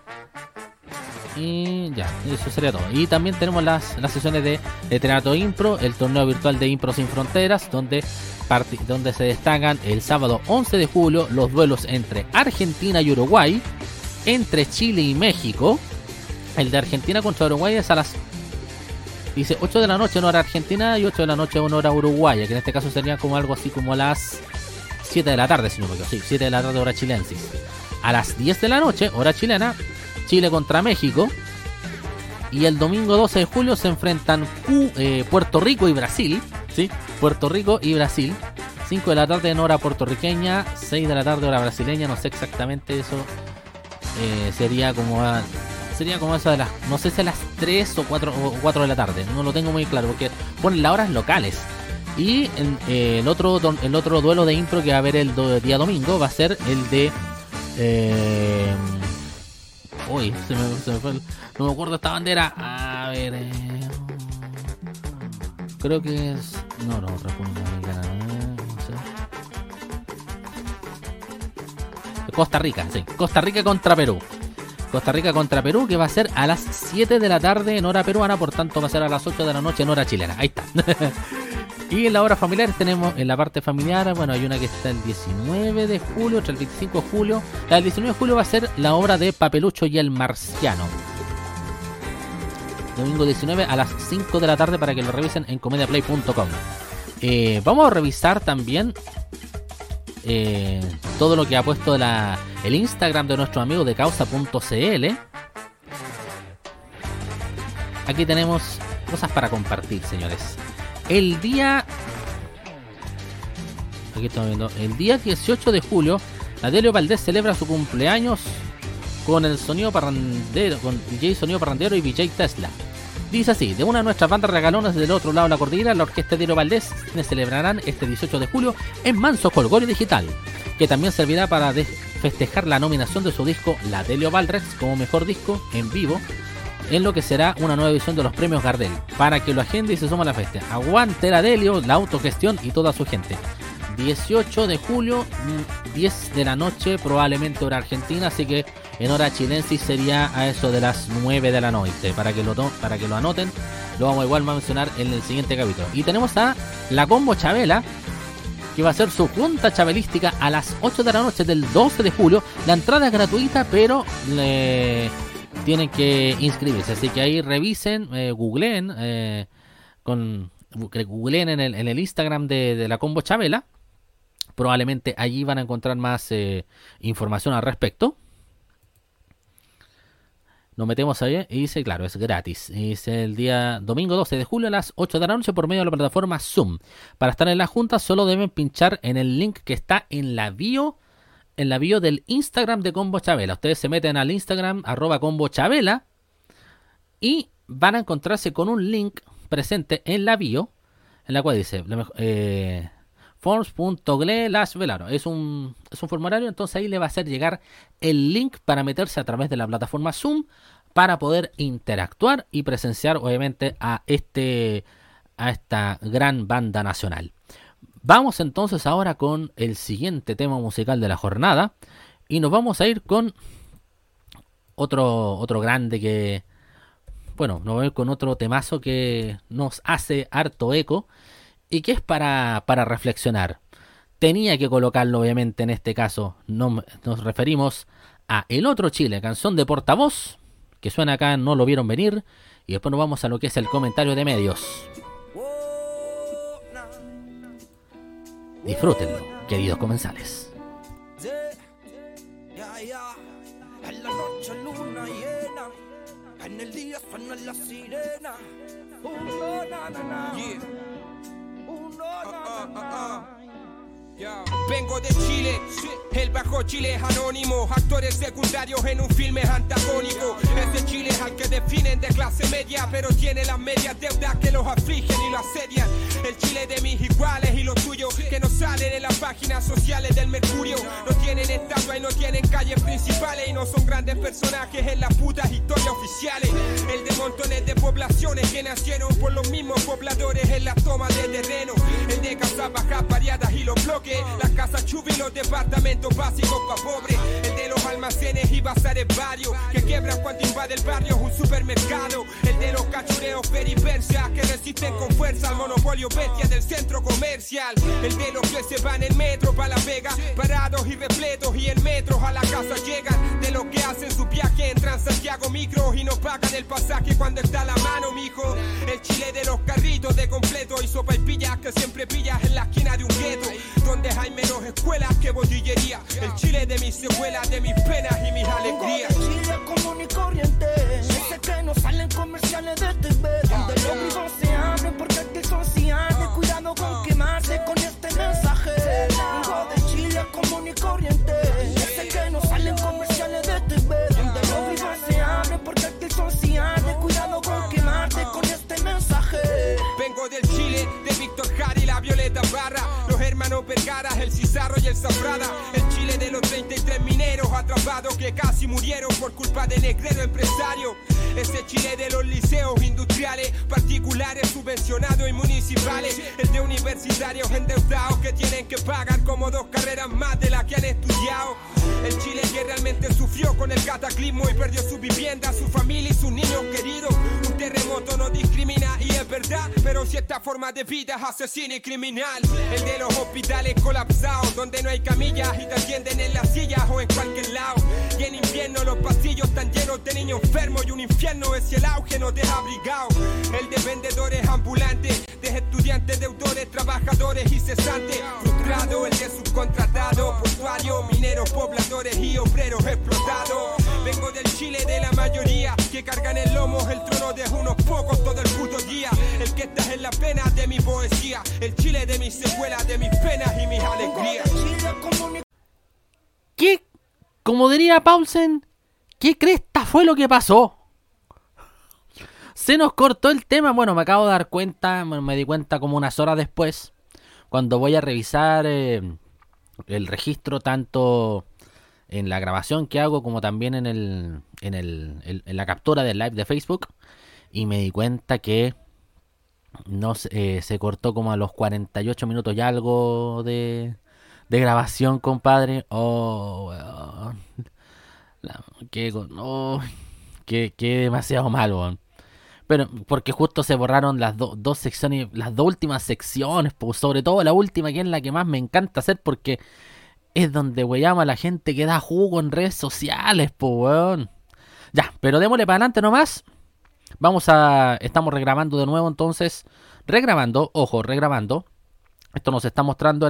Y ya, eso sería todo. Y también tenemos las sesiones de Teatro Impro, el torneo virtual de Impro Sin Fronteras, donde se destacan el sábado 11 de julio los duelos entre Argentina y Uruguay, entre Chile y México. El de Argentina contra Uruguay es a las... Dice 8 de la noche en hora argentina y 8 de la noche en hora uruguaya, que en este caso sería como algo así como a las 7 de la tarde, si no me equivoco. Sí, 7 de la tarde hora chilensis. A las 10 de la noche, hora chilena, Chile contra México. Y el domingo 12 de julio se enfrentan Puerto Rico y Brasil. ¿Sí? Puerto Rico y Brasil. 5 de la tarde en hora puertorriqueña, 6 de la tarde hora brasileña. No sé exactamente eso. Sería como eso de las... No sé si a las 3 o 4 de la tarde. No lo tengo muy claro porque ponen las horas locales. Y el otro duelo de impro que va a haber el día domingo va a ser el de... Uy, se me fue no me acuerdo esta bandera. A ver, creo que es... No, República Dominicana, no sé. Costa Rica, sí. Costa Rica contra Perú. Costa Rica contra Perú, que va a ser a las 7 de la tarde en hora peruana, por tanto va a ser a las 8 de la noche en hora chilena. Ahí está. Y en la hora familiar tenemos, en la parte familiar, bueno, hay una que está el 19 de julio, otra el 25 de julio. La del 19 de julio va a ser la obra de Papelucho y el Marciano. Domingo 19 a las 5 de la tarde para que lo revisen en comediaplay.com. Vamos a revisar también todo lo que ha puesto el Instagram de nuestro amigo de causa.cl. Aquí tenemos cosas para compartir, señores. El día 18 de julio, la Delio Valdés celebra su cumpleaños con el Sonido Parrandero, con DJ Sonido Parrandero y DJ Tesla. Dice así: de una de nuestras bandas regalonas del otro lado de la cordillera, la orquesta Delio Valdés, quienes celebrarán este 18 de julio en Manso Colgorio Digital, que también servirá para festejar la nominación de su disco La Delio Valdés como mejor disco en vivo, en lo que será una nueva edición de los premios Gardel, para que lo agende y se suma a la fiesta. Aguante la Delio, la autogestión y toda su gente. 18 de julio, 10 de la noche, probablemente hora argentina, así que en hora chilensis sería a eso de las 9 de la noche, para que lo anoten. Lo vamos igual a mencionar en el siguiente capítulo. Y tenemos a la Combo Chabela, que va a ser su junta chabelística a las 8 de la noche del 12 de julio. La entrada es gratuita, pero tienen que inscribirse, así que ahí revisen, googleen en el Instagram de la Combo Chabela. Probablemente allí van a encontrar más información al respecto. Nos metemos ahí y dice, claro, es gratis. Dice el día domingo 12 de julio a las 8 de la noche por medio de la plataforma Zoom. Para estar en la junta solo deben pinchar en el link que está en la bio del Instagram de Combo Chabela. Ustedes se meten al Instagram @Combo Chabela y van a encontrarse con un link presente en la bio, en la cual dice forms.gle/velaro. Es un formulario, entonces ahí le va a hacer llegar el link para meterse a través de la plataforma Zoom para poder interactuar y presenciar obviamente a esta gran banda nacional. Vamos entonces ahora con el siguiente tema musical de la jornada y nos vamos a ir con otro grande que, bueno, nos vamos a ir con otro temazo que nos hace harto eco y que es para reflexionar. Tenía que colocarlo obviamente en este caso. Nos referimos a El Otro Chile, canción de Portavoz, que suena acá, No Lo Vieron Venir, y después nos vamos a lo que es el comentario de medios. Disfrútenlo, queridos comensales. En la noche luna llena, en el día suena la sirena. Vengo de Chile, el Bajo Chile es anónimo, actores secundarios en un filme antagónico. Ese Chile es al que definen de clase media, pero tiene las medias deudas que los afligen y lo asedian. El Chile de mis iguales y los tuyos, que no salen en las páginas sociales del Mercurio. No tienen estatua y no tienen calles principales, y no son grandes personajes en las putas historias oficiales. El de montones de poblaciones que nacieron por los mismos pobladores en la toma de terreno. El de Chile, casas bajas, variadas y los bloques. Las casas chubis, los departamentos básicos pa' pobres. El de los almacenes y bazares varios, que quiebran cuando invade el barrio un supermercado. El de los cachureos peripersias, que resisten con fuerza al monopolio bestia del centro comercial. El de los que se van en metro pa' La Vega, parados y repletos y en metros a la casa llegan. De los que hacen su viaje en Transantiago Micro y no pagan el pasaje cuando está a la mano, mijo. El Chile de los carritos de completo y sopa y pillas que siempre pillas en la esquina de un gueto, donde hay menos escuelas que botillería. El Chile de mis secuelas, de mis penas y mis alegrías. El Chile común y corriente, ese que no salen comerciales de TV, donde los vivos se abren porque aquí son cianes. Cuidado con quemarse con este mensaje. Vengo de Chile común y corriente, ese que no salen comerciales de TV, donde los vivos se abren porque aquí son cianes. Cuidado con quemarte con este mensaje. Vengo del Chile de Víctor Jara y la Violeta Barra, los hermanos Vergara, el Cizarro y el Zafrada. El Chile de los 33 mineros atrapados que casi murieron por culpa de negrero empresario. Ese Chile de los liceos industriales, particulares, subvencionados y municipales. El de universitarios endeudados que tienen que pagar como 2 carreras más de las que han estudiado. El Chile que realmente sufrió con el cataclismo y perdió su vivienda, su familia y sus niños queridos. Un terremoto no discrimina y es verdad, pero si esta forma de vida es asesina y criminal. El de los hospitales colapsados, donde no hay camillas y te atienden en las sillas o en cualquier lado. Y en invierno los pasillos están llenos de niños enfermos y un infierno es si el auge no deja abrigado. El de vendedores ambulantes, de estudiantes, deudores, trabajadores y cesantes frustrados. El de subcontratados, portuarios, mineros, pobladores y obreros explotados. Vengo del Chile de la mayoría, que cargan en lomos el trono de unos pocos todo el puto día. El que está en la pena de mi poesía, el Chile de mis secuelas, de mis penas y mis alegrías. ¿Qué? Como diría Paulsen, ¿qué cresta fue lo que pasó? Se nos cortó el tema. Bueno, me acabo de dar cuenta, me di cuenta como unas horas después, cuando voy a revisar el registro tanto en la grabación que hago como también en la captura del live de Facebook, y me di cuenta que no se cortó como a los 48 minutos y algo de grabación, compadre. Qué demasiado mal, weón. Pero porque justo se borraron las dos secciones, las 2 últimas secciones, pues, sobre todo la última, que es la que más me encanta hacer, porque es donde weyamos a la gente que da jugo en redes sociales, pues, weón. Ya, pero démosle para adelante nomás. Estamos regrabando de nuevo, entonces. Regrabando. Esto nos está mostrando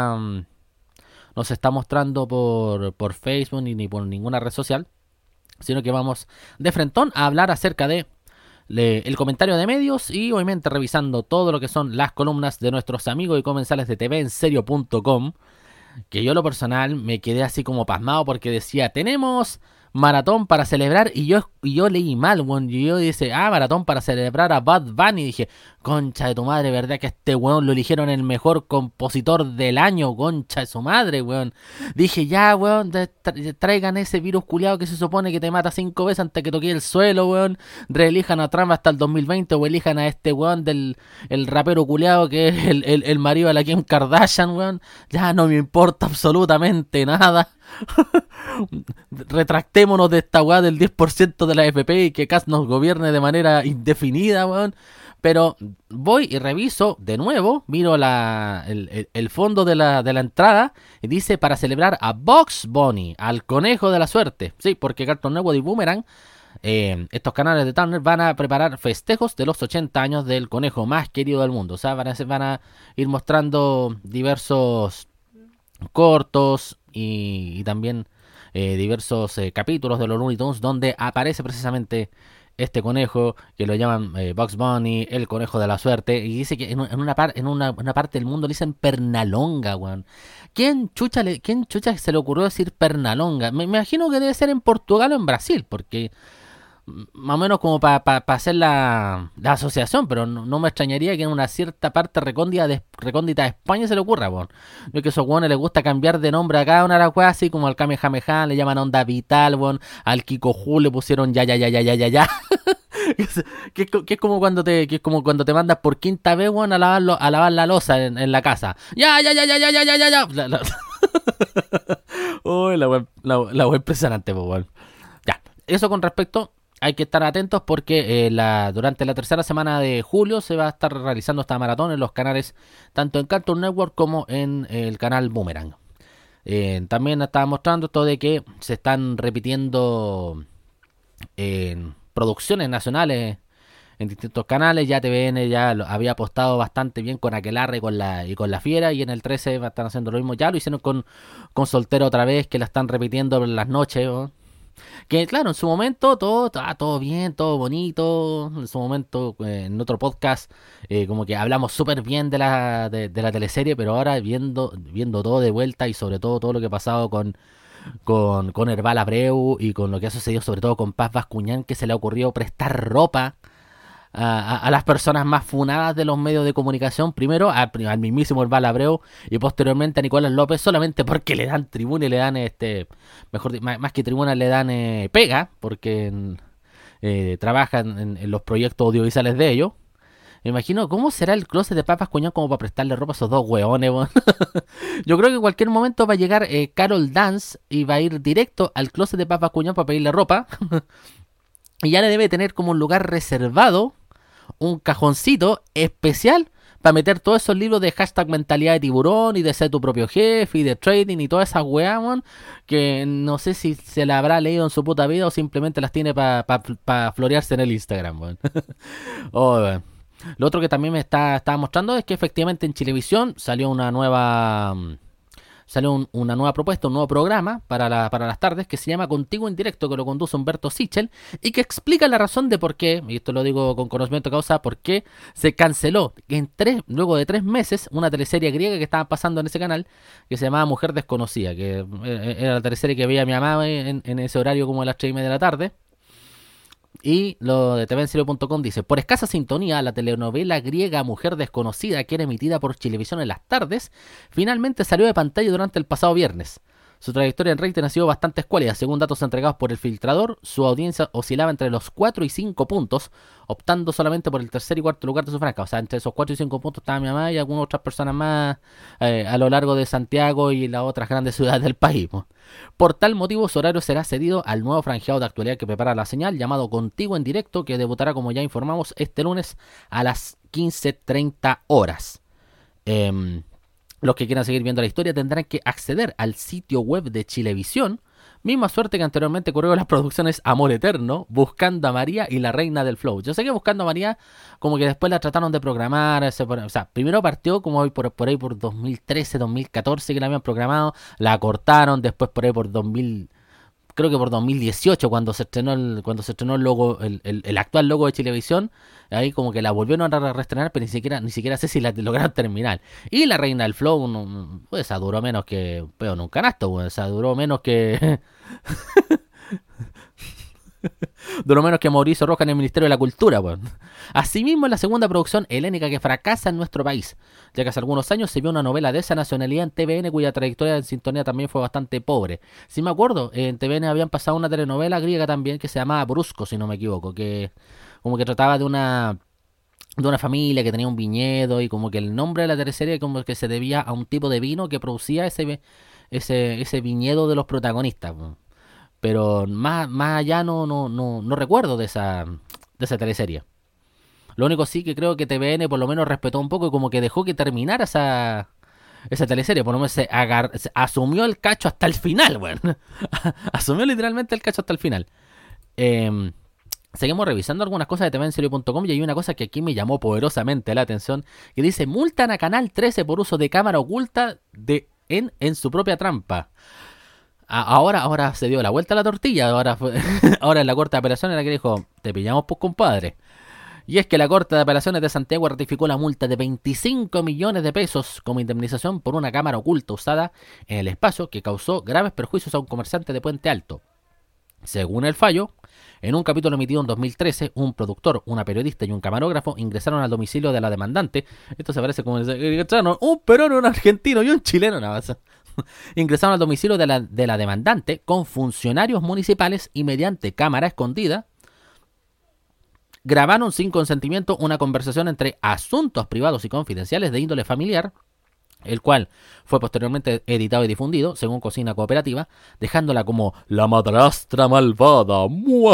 no se está mostrando por Facebook ni por ninguna red social, sino que vamos de frentón a hablar acerca de el comentario de medios y obviamente revisando todo lo que son las columnas de nuestros amigos y comensales de tvenserio.com, que yo lo personal me quedé así como pasmado porque decía, tenemos maratón para celebrar, y yo leí mal, weón. Y yo dice, maratón para celebrar a Bad Bunny. Y dije, concha de tu madre, ¿verdad que este weón lo eligieron el mejor compositor del año? Concha de su madre, weón. Dije, ya, weón, traigan ese virus culiado que se supone que te mata 5 veces antes que toque el suelo, weón. Reelijan a Trump hasta el 2020 o elijan a este weón el rapero culiado que es el marido de la Kim Kardashian, weón. Ya no me importa absolutamente nada. Retractémonos de esta weá del 10% de la FP y que Kast nos gobierne de manera indefinida, weón. Pero voy y reviso de nuevo, miro el fondo de la entrada y dice para celebrar a Bugs Bunny, al conejo de la suerte. Sí, porque Cartoon Network y Boomerang, estos canales de Turner van a preparar festejos de los 80 años del conejo más querido del mundo. O sea, van a ir mostrando diversos cortos y también diversos capítulos de los Looney Tunes donde aparece precisamente este conejo que lo llaman Bugs Bunny, el conejo de la suerte, y dice que en una parte del mundo le dicen pernalonga, weón. ¿Quién chucha se le ocurrió decir pernalonga? Me imagino que debe ser en Portugal o en Brasil, porque más o menos como para hacer la asociación, pero no me extrañaría que en una cierta parte recóndita de España se le ocurra, weón. Yo que a esos weones les gusta cambiar de nombre a cada una de las weas, así como al Kamehameha le llaman Onda Vital, weón. Al Kiko Ju le pusieron ya. Que es como cuando te mandas por quinta vez, weón, a lavar la loza en la casa. Ya. Uy, la web impresionante, pues, weón. Ya, eso con respecto, hay que estar atentos porque durante la tercera semana de julio se va a estar realizando esta maratón en los canales, tanto en Cartoon Network como en el canal Boomerang. También estaba mostrando esto de que se están repitiendo producciones nacionales en distintos canales. Ya TVN ya había apostado bastante bien con Aquelarre y con la Fiera, y en el 13 están haciendo lo mismo. Ya lo hicieron con Soltero otra vez, que la están repitiendo en las noches, ¿no? Que claro, en su momento todo bien, todo bonito. En su momento, en otro podcast, como que hablamos súper bien de la teleserie, pero ahora viendo todo de vuelta, y sobre todo lo que ha pasado con Herval Abreu, y con lo que ha sucedido sobre todo con Paz Bascuñán, que se le ha ocurrido prestar ropa a las personas más funadas de los medios de comunicación. Primero al mismísimo Herval Abreu, y posteriormente a Nicolás López, solamente porque le dan tribuna y le dan más que tribuna, le dan pega, porque trabajan en los proyectos audiovisuales de ellos. Me imagino cómo será el closet de Papas Cuñón como para prestarle ropa a esos dos hueones, weón. Yo creo que en cualquier momento va a llegar Carol Dance y va a ir directo al closet de Papas Cuñón para pedirle ropa. Y ya le debe tener como un lugar reservado, un cajoncito especial para meter todos esos libros de hashtag mentalidad de tiburón, y de ser tu propio jefe, y de trading, y todas esas weas, man, que no sé si se la habrá leído en su puta vida o simplemente las tiene para florearse en el Instagram, man. Oh, lo otro que también me estaba mostrando es que efectivamente en Chilevisión salió una nueva propuesta, un nuevo programa para las tardes, que se llama Contigo en Directo, que lo conduce Humberto Sichel, y que explica la razón de por qué, y esto lo digo con conocimiento de causa, por qué se canceló luego de 3 meses una teleserie griega que estaba pasando en ese canal, que se llamaba Mujer Desconocida, que era la teleserie que veía mi mamá en ese horario como a las 3:30 de la tarde. Y lo de tvenserio.com dice: por escasa sintonía, la telenovela griega Mujer Desconocida, que era emitida por Chilevisión en las tardes, finalmente salió de pantalla durante el pasado viernes. Su trayectoria en rating ha sido bastante escuálida. Según datos entregados por El Filtrador, su audiencia oscilaba entre los 4 y 5 puntos, optando solamente por el tercer y cuarto lugar de su franja. O sea, entre esos 4 y 5 puntos estaba mi mamá y algunas otras personas más a lo largo de Santiago y las otras grandes ciudades del país. Por tal motivo, su horario será cedido al nuevo franjeado de actualidad que prepara la señal, llamado Contigo en Directo, que debutará, como ya informamos, este lunes a las 15:30 horas. Los que quieran seguir viendo la historia tendrán que acceder al sitio web de Chilevisión. Misma suerte que anteriormente ocurrió con las producciones Amor Eterno, Buscando a María y La Reina del Flow. Yo sé que Buscando a María como que después la trataron de programar. O sea, primero partió como por ahí por 2013, 2014 que la habían programado. La cortaron, después por ahí por 2000... Creo que por 2018, cuando se estrenó el logo, el actual logo de Chilevisión, ahí como que la volvieron a reestrenar, pero ni siquiera sé si la lograron terminar. Y La Reina del Flow, pues esa duró menos que peo en un canasto, pues, esa duró menos que duró menos que Mauricio Rojas en el Ministerio de la Cultura, pues. Asimismo, es la segunda producción helénica que fracasa en nuestro país, ya que hace algunos años se vio una novela de esa nacionalidad en TVN, cuya trayectoria en sintonía también fue bastante pobre. Si me acuerdo, en TVN habían pasado una telenovela griega también que se llamaba Brusco, si no me equivoco, que como que trataba de una familia que tenía un viñedo, y como que el nombre de la teleserie como que se debía a un tipo de vino que producía ese viñedo de los protagonistas, pues. Pero más allá no recuerdo de esa teleserie. Lo único sí que creo que TVN por lo menos respetó un poco y como que dejó que terminara esa teleserie. Por lo menos se asumió el cacho hasta el final, bueno. Asumió literalmente el cacho hasta el final. Seguimos revisando algunas cosas de tvenserio.com y hay una cosa que aquí me llamó poderosamente la atención, que dice: multan a Canal 13 por uso de cámara oculta en su propia trampa. Ahora se dio la vuelta a la tortilla. Ahora en la Corte de Apelaciones la que dijo: te pillamos, pues, compadre. Y es que la Corte de Apelaciones de Santiago ratificó la multa de 25 millones de pesos como indemnización por una cámara oculta usada en el espacio que causó graves perjuicios a un comerciante de Puente Alto. Según el fallo, en un capítulo emitido en 2013, un productor, una periodista y un camarógrafo ingresaron al domicilio de la demandante. Esto se parece como un peruano, un argentino y un chileno, nada más. Ingresaron al domicilio de la demandante con funcionarios municipales y mediante cámara escondida grabaron sin consentimiento una conversación entre asuntos privados y confidenciales de índole familiar, el cual fue posteriormente editado y difundido, según Cocina Cooperativa, dejándola como la madrastra malvada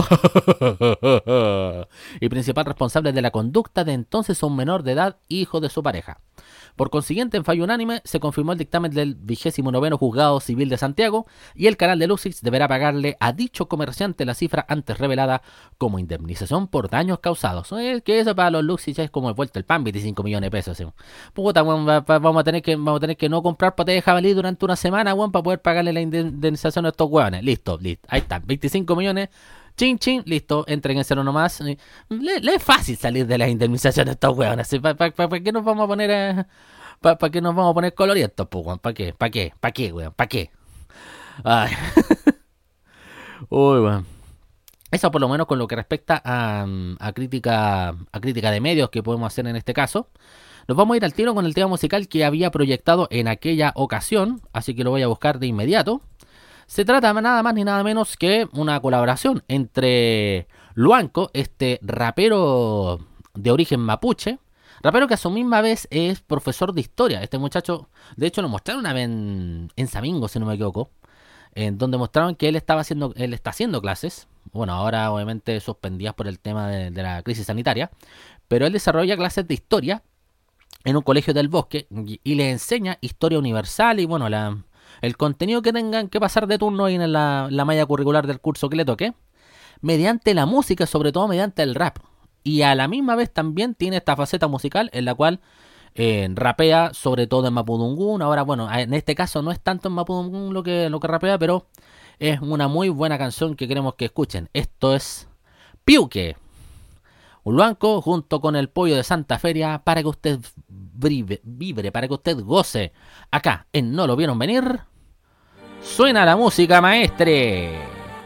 y principal responsable de la conducta de entonces un menor de edad, hijo de su pareja. Por consiguiente, en fallo unánime, se confirmó el dictamen del 29º Juzgado Civil de Santiago y el canal de Luxix deberá pagarle a dicho comerciante la cifra antes revelada como indemnización por daños causados. Que eso para los Luxix es como el vuelto el pan, 25 millones de pesos. ¿Sí? Puta, vamos a tener que no comprar paté de jabalí durante una semana, para poder pagarle la indemnización a estos hueones. Listo, ahí está, 25 millones. Chin, chin, listo, entréguenselo nomás. Le es fácil salir de las indemnizaciones a estos hueones. ¿Para qué nos vamos a poner ¿para qué nos vamos a poner colorientos, pues, weón? ¿Para qué, weón? ¿Para qué? Ay. Uy, weón. Eso por lo menos con lo que respecta a crítica de medios que podemos hacer en este caso. Nos vamos a ir al tiro con el tema musical que había proyectado en aquella ocasión, así que lo voy a buscar de inmediato. Se trata nada más ni nada menos que una colaboración entre Luanco, este rapero de origen mapuche, rapero que a su misma vez es profesor de historia. Este muchacho, de hecho lo mostraron una vez en Samingo, si no me equivoco, en donde mostraron que él está haciendo clases, bueno, ahora obviamente suspendidas por el tema de la crisis sanitaria, pero él desarrolla clases de historia en un colegio del Bosque y le enseña historia universal y bueno, el contenido que tengan que pasar de turno ahí en la malla curricular del curso que le toque, mediante la música, sobre todo mediante el rap. Y a la misma vez también tiene esta faceta musical en la cual rapea sobre todo en mapudungún. Ahora, bueno, en este caso no es tanto en mapudungún lo que rapea, pero es una muy buena canción que queremos que escuchen. Esto es Piuque, un Luanco junto con el Pollo de Santa Feria para que usted vibre, para que usted goce. Acá en No Lo Vieron Venir suena la música, maestre.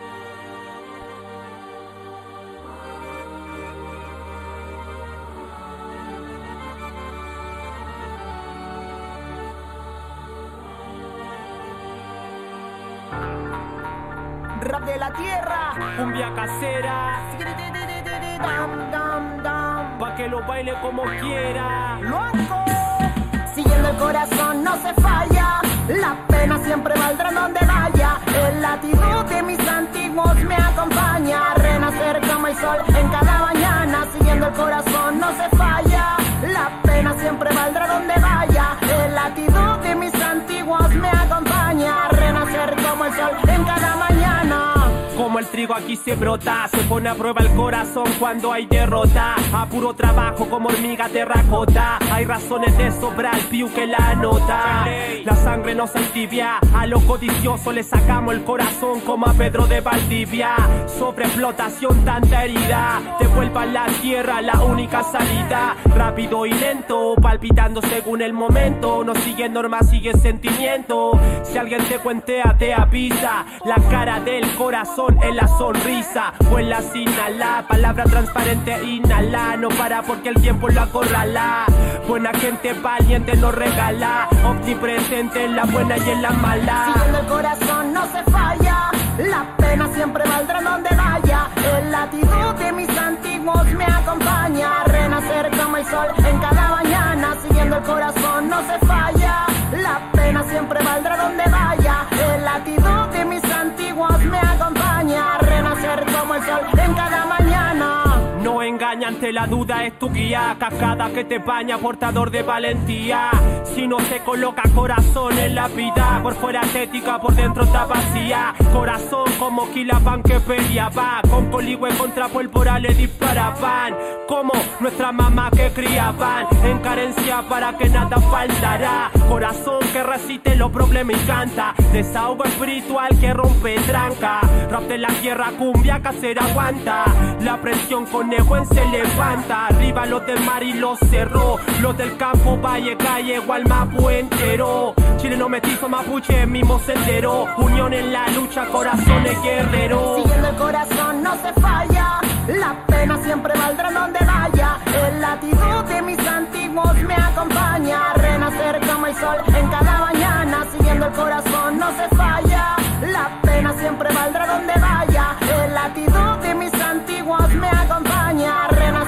Rap de la tierra, Cumbia casera, pa' que lo baile como quiera. Luanco. Siguiendo el corazón no se falla, la pena siempre valdrá donde vaya. El latido de mis antiguos me acompaña, renacer como el sol en cada mañana. Siguiendo el corazón no se falla, la pena siempre valdrá donde vaya. El latido de mis antiguos me acompaña, renacer como el sol en cada mañana. Como el trigo aquí se brota, se pone a prueba el corazón cuando hay derrota. A puro trabajo como hormiga terracota, hay razones de sobrar, Piuque la nota. La sangre no se entibia, a lo codicioso le sacamos el corazón como a Pedro de Valdivia. Sobreexplotación, tanta herida, devuelva a la tierra la única salida. Rápido y lento, palpitando según el momento, no sigue normas, sigue sentimiento. Si alguien te cuentea, te avisa, la cara del corazón en la sonrisa, vuela sin inhalar, palabra transparente, inhala, no para porque el tiempo lo acorrala. Buena gente valiente nos regala, omnipresente en la buena y en la mala. Siguiendo el corazón no se falla, la pena siempre valdrá donde vaya. El latido de mis antiguos me acompaña, renacer como el sol en cada mañana. Siguiendo el corazón no se falla, la pena siempre valdrá donde vaya. El latido de mis antiguos me acompaña, renacer como el sol en cada mañana. No engaña ante la duda, es tu guía, cascada que te baña, portador de valentía. Si no se coloca corazón en la vida, por fuera estética, por dentro está vacía. Corazón como Quilapán que peleaba, con coligüe contra pólvora disparaban. Como nuestra mamá que criaban, en carencia para que nada faltará. Corazón que resiste los problemas y canta, desahogo espiritual que rompe tranca. Rap de la tierra, cumbia casera aguanta, la presión conejo en se levanta. Arriba los del mar y los cerró, los del campo, valle, calle, Gualmapu entero. Chileno mestizo, mapuche, mismo sendero, unión en la lucha, corazones guerreros. Siguiendo el corazón no se falla, la pena siempre valdrá donde vaya. El latido de mis antiguos me acompaña, renacer como el sol en cada mañana. Siguiendo el corazón no se falla, la pena siempre valdrá donde vaya. El latido de mis antiguos me acompaña, renacer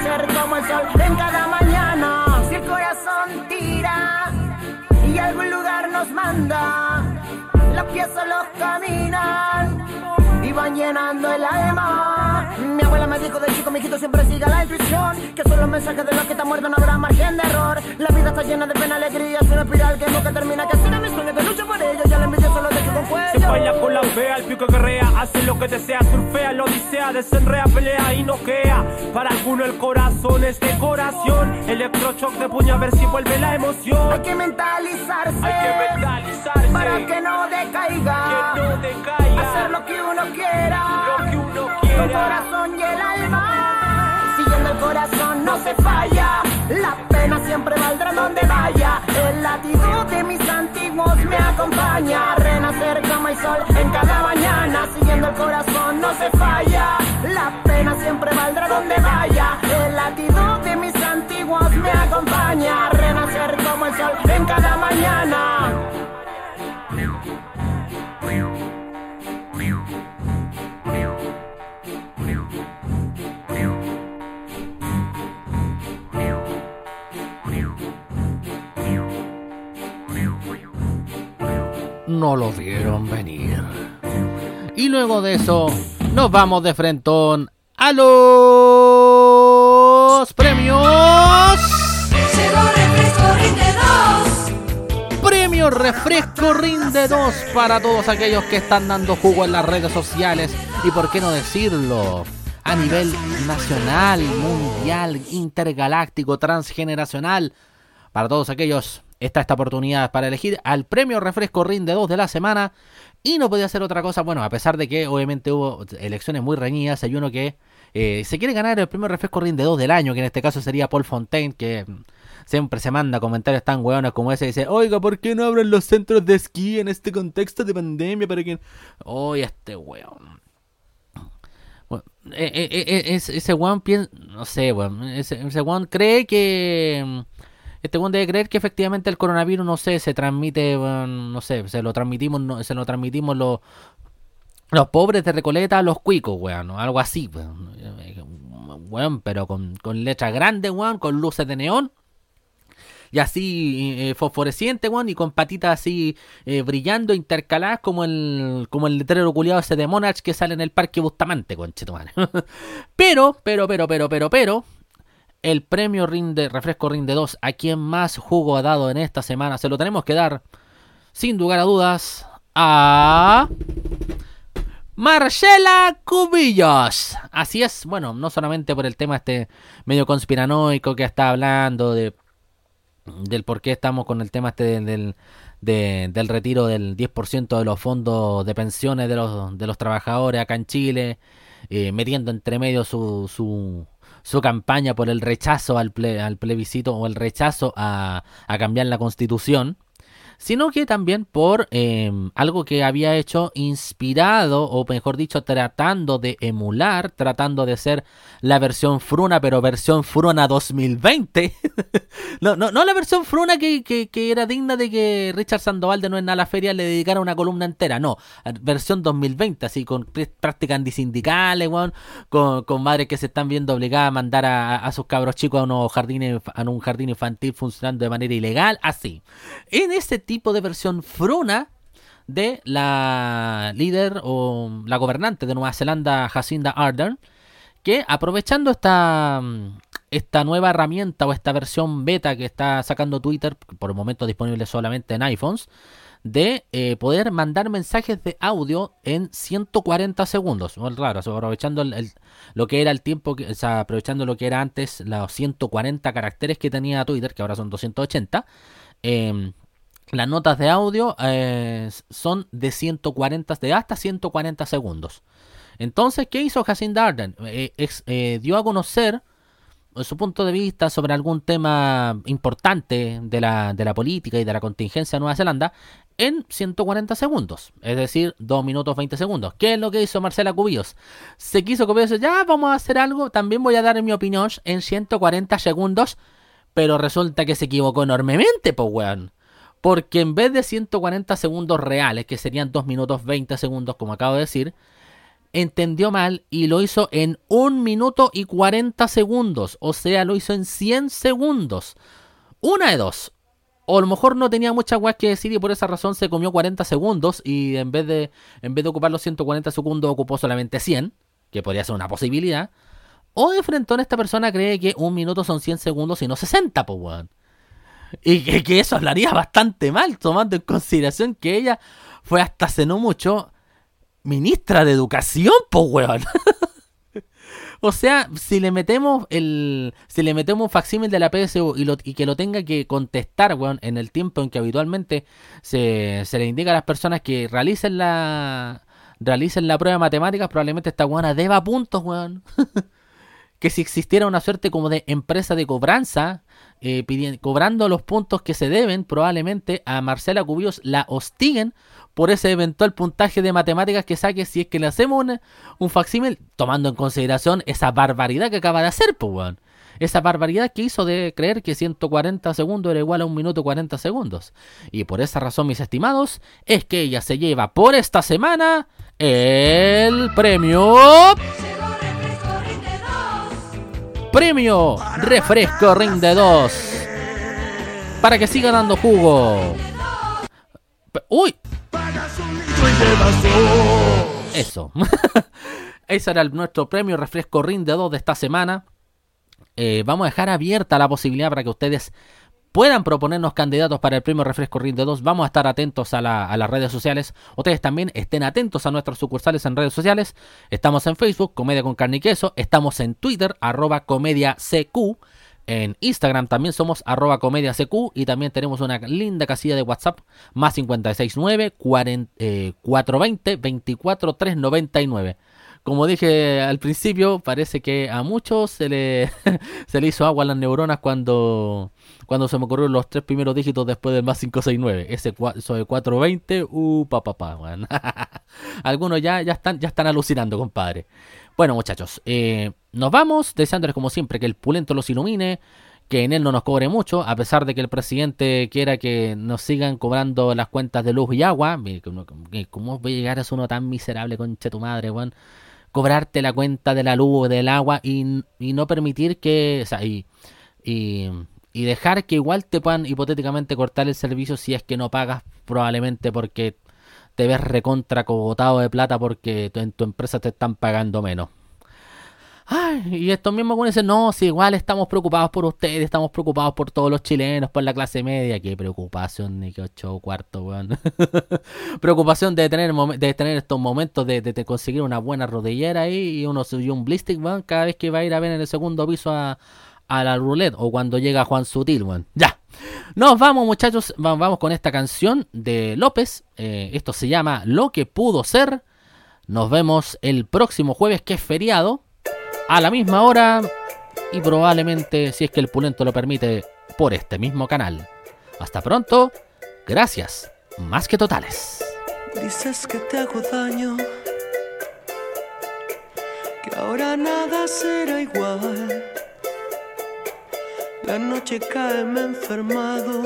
anda, las piezas los caminan y van llenando el alma. Mi abuela me dijo de chico, mijito, siempre siga la intuición, que son los mensajes de los que están muertos, no habrá margen de error. La vida está llena de pena, alegría, es una espiral que nunca termina, que será mi sueño, que lucha por ello, ya la envidia solo dejo con cuello. Se baila con la fea, el pico guerrea, hace lo que desea, surfea, lo odisea, desenrea, pelea y noquea. Para alguno el corazón es decoración, electrochoc de puño a ver si vuelve la emoción. Hay que mentalizarse, para que no decaiga, que no decaiga, hacer lo que uno quiera, lo que uno con quiera, corazón y el alma. Siguiendo el corazón no se falla, la pena siempre valdrá donde vaya. El latido de mis antiguos me acompaña, renacer como el sol en cada mañana. Siguiendo el corazón no se falla, la pena siempre valdrá donde vaya. El latido de mis antiguos me acompaña, renacer como el sol en cada mañana. No lo vieron venir. Y luego de eso, nos vamos de frentón a los premios. Llegó Refresco Rinde 2. Premio Refresco Rinde 2 para todos aquellos que están dando jugo en las redes sociales y, por qué no decirlo, a nivel nacional, mundial, intergaláctico, transgeneracional. Para todos aquellos, está esta oportunidad para elegir al Premio Refresco Rinde 2 de la semana. Y no podía ser otra cosa, bueno, a pesar de que obviamente hubo elecciones muy reñidas, hay uno que se quiere ganar el Premio Refresco Rinde 2 del año, que en este caso sería Paul Fontaine, que siempre se manda comentarios tan hueones como ese y dice: oiga, ¿por qué no abren los centros de esquí en este contexto de pandemia para que... Oye, este hueón. Bueno, ese weón piensa, no sé, weón, ese weón cree que... Este weón debe creer que efectivamente el coronavirus, no sé, se transmite, no sé, se lo transmitimos los pobres de Recoleta a los cuicos, weón, ¿no? Algo así, weón, pero con letras grandes, weón, con luces de neón. Y así fosforesciente, weón, y con patitas así brillando, intercaladas como el letrero culiado ese de Monarch que sale en el Parque Bustamante, conchetumare. Pero, el premio Refresco Rinde 2, a quien más jugo ha dado en esta semana, se lo tenemos que dar, sin lugar a dudas, a Marcela Cubillos. Así es, bueno, no solamente por el tema este medio conspiranoico que está hablando del por qué estamos con el tema este del retiro del 10% de los fondos de pensiones de los trabajadores acá en Chile, metiendo entre medio su campaña por el rechazo al plebiscito o el rechazo a cambiar la Constitución, sino que también por algo que había hecho inspirado, o mejor dicho, tratando de emular, tratando de ser la versión Fruna, pero versión Fruna 2020. no la versión Fruna que era digna de que Richard Sandoval de No es Nada la Feria le dedicara una columna entera, no, versión 2020, así con prácticas antisindicales, bueno, con madres que se están viendo obligadas a mandar a sus cabros chicos a un jardín infantil funcionando de manera ilegal, así. En ese tipo de versión Fruna de la líder o la gobernante de Nueva Zelanda, Jacinda Ardern, que aprovechando esta nueva herramienta o esta versión beta que está sacando Twitter, por el momento disponible solamente en iPhones, de poder mandar mensajes de audio en 140 segundos. Muy raro, aprovechando lo que era el tiempo, aprovechando lo que era antes los 140 caracteres que tenía Twitter, que ahora son 280. Las notas de audio son de hasta 140 segundos. Entonces, ¿qué hizo Jacinda Ardern? Dio a conocer su punto de vista sobre algún tema importante de la política y de la contingencia de Nueva Zelanda en 140 segundos, es decir, 2 minutos 20 segundos. ¿Qué es lo que hizo Marcela Cubillos? Se quiso Cubillos, ya vamos a hacer algo, también voy a dar mi opinión en 140 segundos, pero resulta que se equivocó enormemente, pues weón. Porque en vez de 140 segundos reales, que serían 2 minutos 20 segundos, como acabo de decir, entendió mal y lo hizo en 1 minuto y 40 segundos. O sea, lo hizo en 100 segundos. Una de dos. O a lo mejor no tenía muchas weas que decir y por esa razón se comió 40 segundos y en vez de ocupar los 140 segundos ocupó solamente 100, que podría ser una posibilidad. O de frentón esta persona cree que un minuto son 100 segundos y no 60, pues weón. Y que eso hablaría bastante mal, tomando en consideración que ella fue hasta hace no mucho ministra de Educación, pues weón. O sea, si le metemos un facsímil de la PSU y que lo tenga que contestar, weón, en el tiempo en que habitualmente se le indica a las personas que realicen la prueba de matemáticas, probablemente esta weona deba puntos, weón. Que si existiera una suerte como de empresa de cobranza, cobrando los puntos que se deben, probablemente a Marcela Cubillos la hostiguen por ese eventual puntaje de matemáticas que saque si es que le hacemos un facsímil, tomando en consideración esa barbaridad que acaba de hacer, pues, weón. Esa barbaridad que hizo de creer que 140 segundos era igual a 1 minuto 40 segundos. Y por esa razón, mis estimados, es que ella se lleva por esta semana el premio Refresco Rinde 2. Para que siga dando jugo. ¡Uy! Eso. Ese era nuestro premio Refresco Rinde 2 de esta semana. Vamos a dejar abierta la posibilidad para que ustedes puedan proponernos candidatos para el premio Refresco Rinde 2. Vamos a estar atentos a las redes sociales. Ustedes también estén atentos a nuestras sucursales en redes sociales. Estamos en Facebook, Comedia con Carne y Queso. Estamos en Twitter, @comediacq. En Instagram también somos @comediacq. Y también tenemos una linda casilla de WhatsApp, más 569 420 24 399. Como dije al principio, parece que a muchos se le hizo agua a las neuronas cuando se me ocurrieron los 3 primeros dígitos después del más 569. Eso de 420, man. Algunos ya están alucinando, compadre. Bueno, muchachos, nos vamos deseándoles como siempre que el pulento los ilumine, que en él no nos cobre mucho, a pesar de que el presidente quiera que nos sigan cobrando las cuentas de luz y agua. ¿Cómo voy a llegar a ser uno tan miserable, concha tu madre, weón? Cobrarte la cuenta de la luz, del agua y no permitir que, o sea, y dejar que igual te puedan hipotéticamente cortar el servicio si es que no pagas, probablemente porque te ves recontra cogotado de plata porque en tu empresa te están pagando menos. Ay, y estos mismos dicen, no, si igual estamos preocupados por ustedes, estamos preocupados por todos los chilenos, por la clase media. Qué preocupación, ni que 8 cuartos, weón. Preocupación de tener estos momentos de conseguir una buena rodillera ahí y un blistick, weón, cada vez que va a ir a ver en el segundo piso a la roulette o cuando llega Juan Sutil, weón. Ya. Nos vamos, muchachos, vamos con esta canción de López. Esto se llama Lo que pudo ser. Nos vemos el próximo jueves, que es feriado, a la misma hora y probablemente, si es que el pulento lo permite, por este mismo canal. Hasta pronto, gracias, más que totales. Dices que te hago daño, que ahora nada será igual. La noche cae, me he enfermado,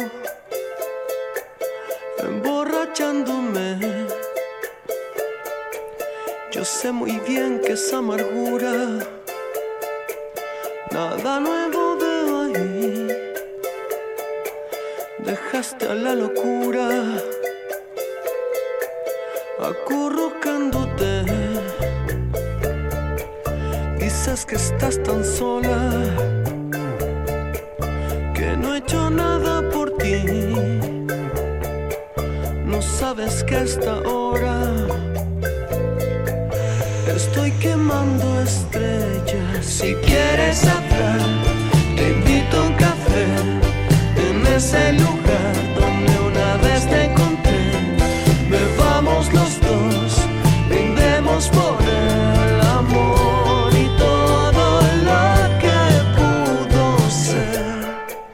emborrachándome. Yo sé muy bien que esa amargura nada nuevo veo ahí. Dejaste a la locura acurrucándote. Dices que estás tan sola, que no he hecho nada por ti. No sabes que a esta hora estoy quemando estrellas. Si quieres hablar, te invito a un café en ese lugar donde una vez te encontré. Bebamos los dos, brindemos por el amor y todo lo que pudo ser.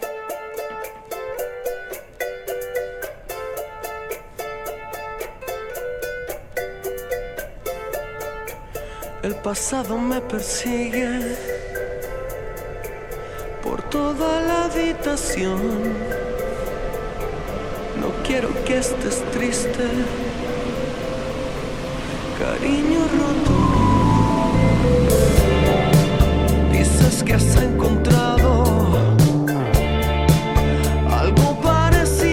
El pasado me persigue por toda la habitación. No quiero que estés triste, cariño roto. Dices que has encontrado algo parecido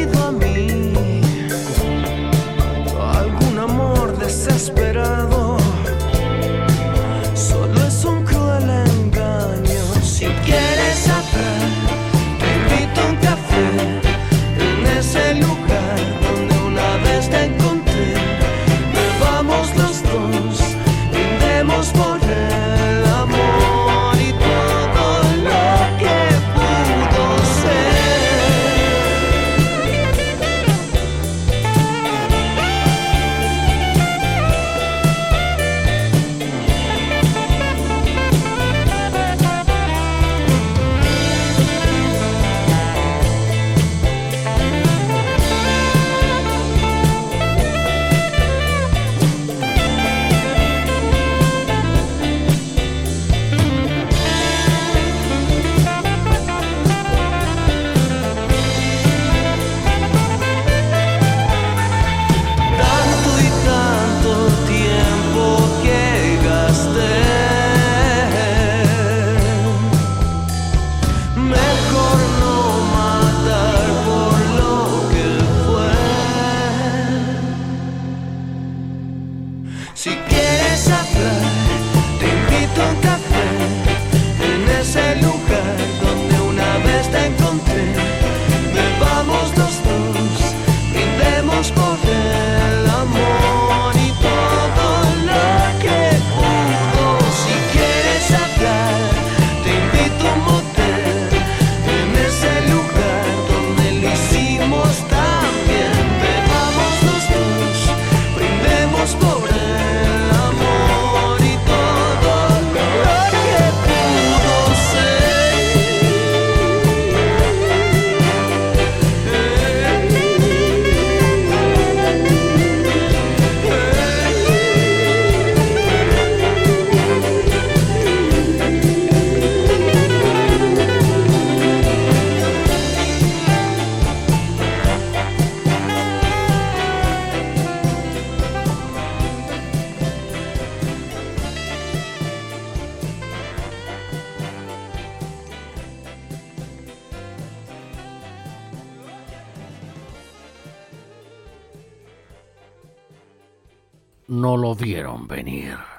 no lo vieron venir.